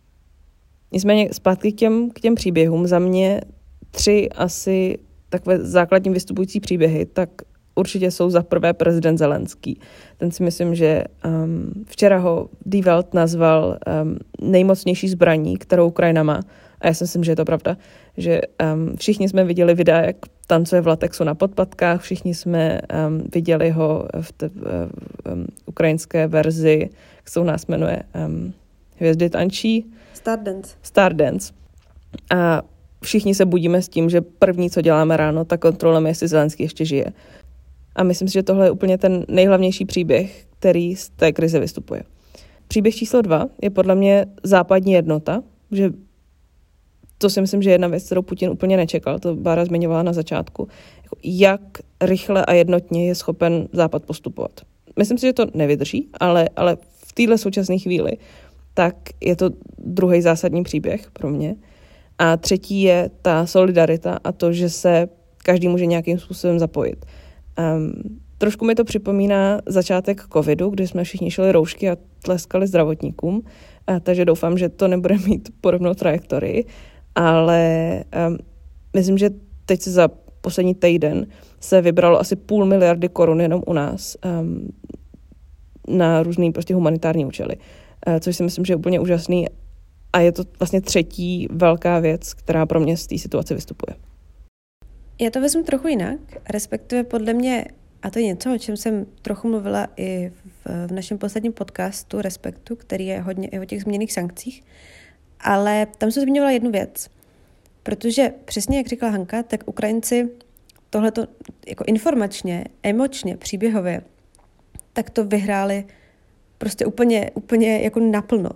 Nicméně zpátky k těm, k těm příběhům. Za mě tři asi takové základní vystupující příběhy, tak určitě jsou za prvé prezident Zelenský. Ten si myslím, že um, včera ho Die Welt nazval um, nejmocnější zbraní, kterou Ukrajina má. A já si myslím, že je to pravda. Že um, všichni jsme viděli videa, jak tancuje v latexu na podpatkách, všichni jsme um, viděli ho v té um, ukrajinské verzi, jak se u nás jmenuje, um, Hvězdy tančí. Stardance. Stardance. A všichni se budíme s tím, že první, co děláme ráno, tak kontrolujeme, jestli Zelenský ještě žije. A myslím si, že tohle je úplně ten nejhlavnější příběh, který z té krize vystupuje. Příběh číslo dva je podle mě západní jednota, že to si myslím, že je jedna věc, kterou Putin úplně nečekal, to Bára zmiňovala na začátku, jak rychle a jednotně je schopen Západ postupovat. Myslím si, že to nevydrží, ale, ale v této současné chvíli tak je to druhý zásadní příběh pro mě. A třetí je ta solidarita a to, že se každý může nějakým způsobem zapojit. Um, trošku mi to připomíná začátek covidu, kdy jsme všichni šli roušky a tleskali zdravotníkům, a takže doufám, že to nebude mít podobnou trajektorii, ale um, myslím, že teď za poslední týden se vybralo asi půl miliardy korun jenom u nás um, na různý prostě humanitární účely, uh, což si myslím, že je úplně úžasný a je to vlastně třetí velká věc, která pro mě z té situace vystupuje. Já to vezmu trochu jinak, respektive podle mě, a to je něco, o čem jsem trochu mluvila i v, v našem posledním podcastu Respektu, který je hodně i o těch změněných sankcích, ale tam jsem zmiňovala jednu věc, protože přesně jak říkala Hanka, tak Ukrajinci tohleto jako informačně, emočně, příběhově, tak to vyhráli prostě úplně, úplně jako naplno.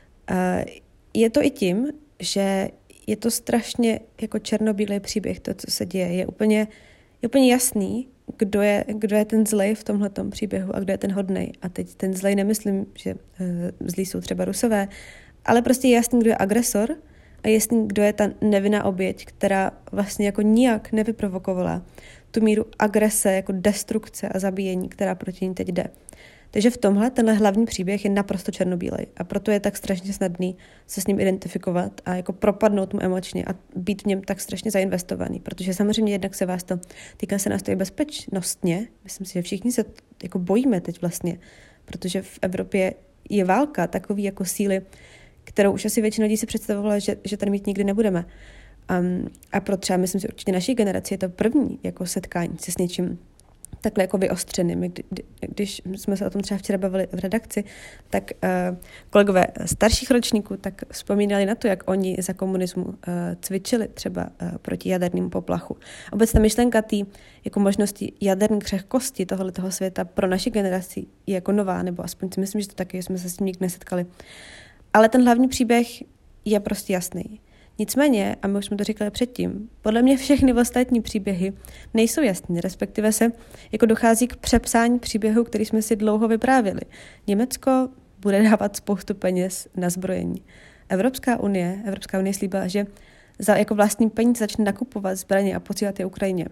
Je to i tím, že je to strašně jako černobílý příběh, to, co se děje. Je úplně, je úplně jasný, kdo je, kdo je ten zlej v tomhletom příběhu a kdo je ten hodnej. A teď ten zlej nemyslím, že uh, zlí jsou třeba Rusové, ale prostě je jasný, kdo je agresor a je jasný, kdo je ta nevinná oběť, která vlastně jako nijak nevyprovokovala tu míru agrese, jako destrukce a zabíjení, která proti ní teď jde. Takže v tomhle tenhle hlavní příběh je naprosto černobílej a proto je tak strašně snadný se s ním identifikovat a jako propadnout mu emočně a být v něm tak strašně zainvestovaný, protože samozřejmě jednak se vás to, týká se nás to i bezpečnostně, myslím si, že všichni se jako bojíme teď vlastně, protože v Evropě je válka takový jako síly, kterou už asi většina lidí si představovala, že, že tady mít nikdy nebudeme. Um, a pro třeba, myslím si, určitě naší generaci je to první jako setkání se s něčím takhle jako vyostřenými. Kdy, když jsme se o tom třeba včera bavili v redakci, tak uh, kolegové starších ročníků tak vzpomínali na to, jak oni za komunismu uh, cvičili třeba uh, proti jadernému poplachu. Vůbec ta myšlenka té jako možnosti jaderné křehkosti tohoto světa pro naši generaci je jako nová, nebo aspoň si myslím, že to taky, že jsme se s tím nikdy nesetkali. Ale ten hlavní příběh je prostě jasný. Nicméně, a my už jsme to říkali předtím, podle mě všechny ostatní příběhy nejsou jasné, respektive se jako dochází k přepsání příběhu, který jsme si dlouho vyprávěli. Německo bude dávat spoustu peněz na zbrojení. Evropská unie, Evropská unie slíbila, že za jako vlastní peníze začne nakupovat zbraně a posílat je Ukrajině.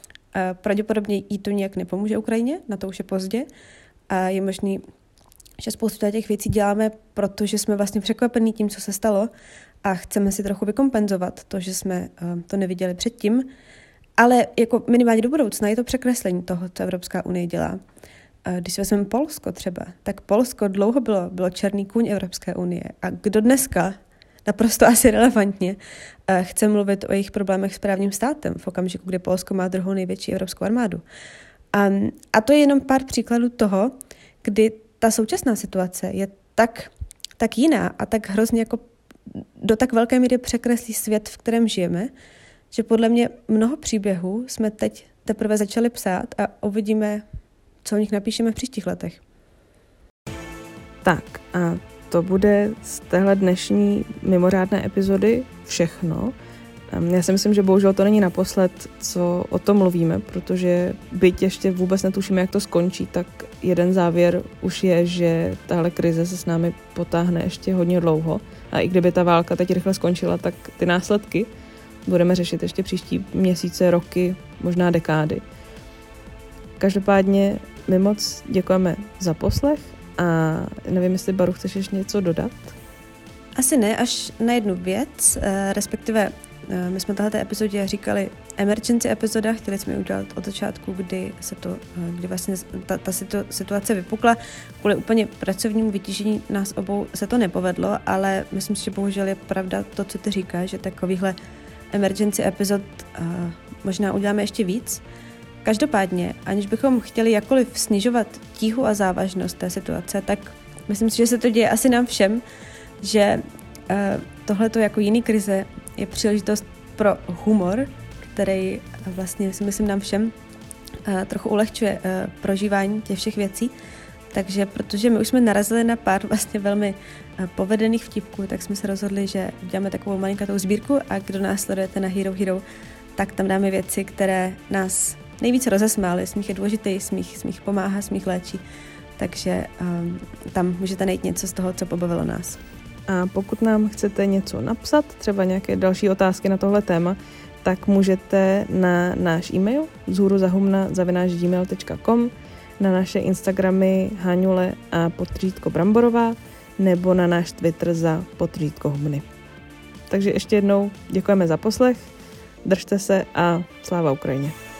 A pravděpodobně jí to nějak nepomůže Ukrajině, na to už je pozdě. A je možný, že spoustu těch věcí děláme, protože jsme vlastně překvapení tím, co se stalo a chceme si trochu vykompenzovat to, že jsme uh, to neviděli předtím, ale jako minimálně do budoucna je to překreslení toho, co Evropská unie dělá. Uh, když si vezmeme Polsko třeba, tak Polsko dlouho bylo, bylo černý kůň Evropské unie a kdo dneska, naprosto asi relevantně, uh, chce mluvit o jejich problémech s právním státem v okamžiku, kdy Polsko má druhou největší evropskou armádu. Um, a to je jenom pár příkladů toho, kdy ta současná situace je tak, tak jiná a tak hrozně jako do tak velké míry překreslí svět, v kterém žijeme, že podle mě mnoho příběhů jsme teď teprve začali psát a uvidíme, co o nich napíšeme v příštích letech. Tak a to bude z téhle dnešní mimořádné epizody všechno. Já si myslím, že bohužel to není naposled, co o tom mluvíme, protože byť ještě vůbec netušíme, jak to skončí, tak jeden závěr už je, že tahle krize se s námi potáhne ještě hodně dlouho. A i kdyby ta válka teď rychle skončila, tak ty následky budeme řešit ještě příští měsíce, roky, možná dekády. Každopádně my moc děkujeme za poslech a nevím, jestli, Baru, chceš ještě něco dodat? Asi ne, až na jednu věc, respektive my jsme tato epizodě říkali emergency epizoda, chtěli jsme ji udělat od začátku, kdy se to, kdy vlastně ta, ta situace vypukla. Kvůli úplně pracovnímu vytížení nás obou se to nepovedlo, ale myslím si, že bohužel je pravda to, co ty říkáš, že takovýchhle emergency epizod uh, možná uděláme ještě víc. Každopádně, aniž bychom chtěli jakkoliv snižovat tíhu a závažnost té situace, tak myslím si, že se to děje asi nám všem, že uh, tohleto jako jiný krize je příležitost pro humor, který vlastně si myslím nám všem uh, trochu ulehčuje uh, prožívání těch všech věcí. Takže protože my už jsme narazili na pár vlastně velmi uh, povedených vtipků, tak jsme se rozhodli, že uděláme takovou malinkatou sbírku a kdo nás sledujete na Hero Hero, tak tam dáme věci, které nás nejvíce rozesmály. Smích je důležitý, smích, smích pomáhá, smích léčí. Takže um, tam můžete najít něco z toho, co pobavilo nás. A pokud nám chcete něco napsat, třeba nějaké další otázky na tohle téma, tak můžete na náš e-mail vzhůruzahumna zavináč gmail tečka com, na naše Instagramy Haňule a podtržítko Bramborová, nebo na náš Twitter za podtržítko Humny. Takže ještě jednou děkujeme za poslech Držte se a sláva Ukrajině.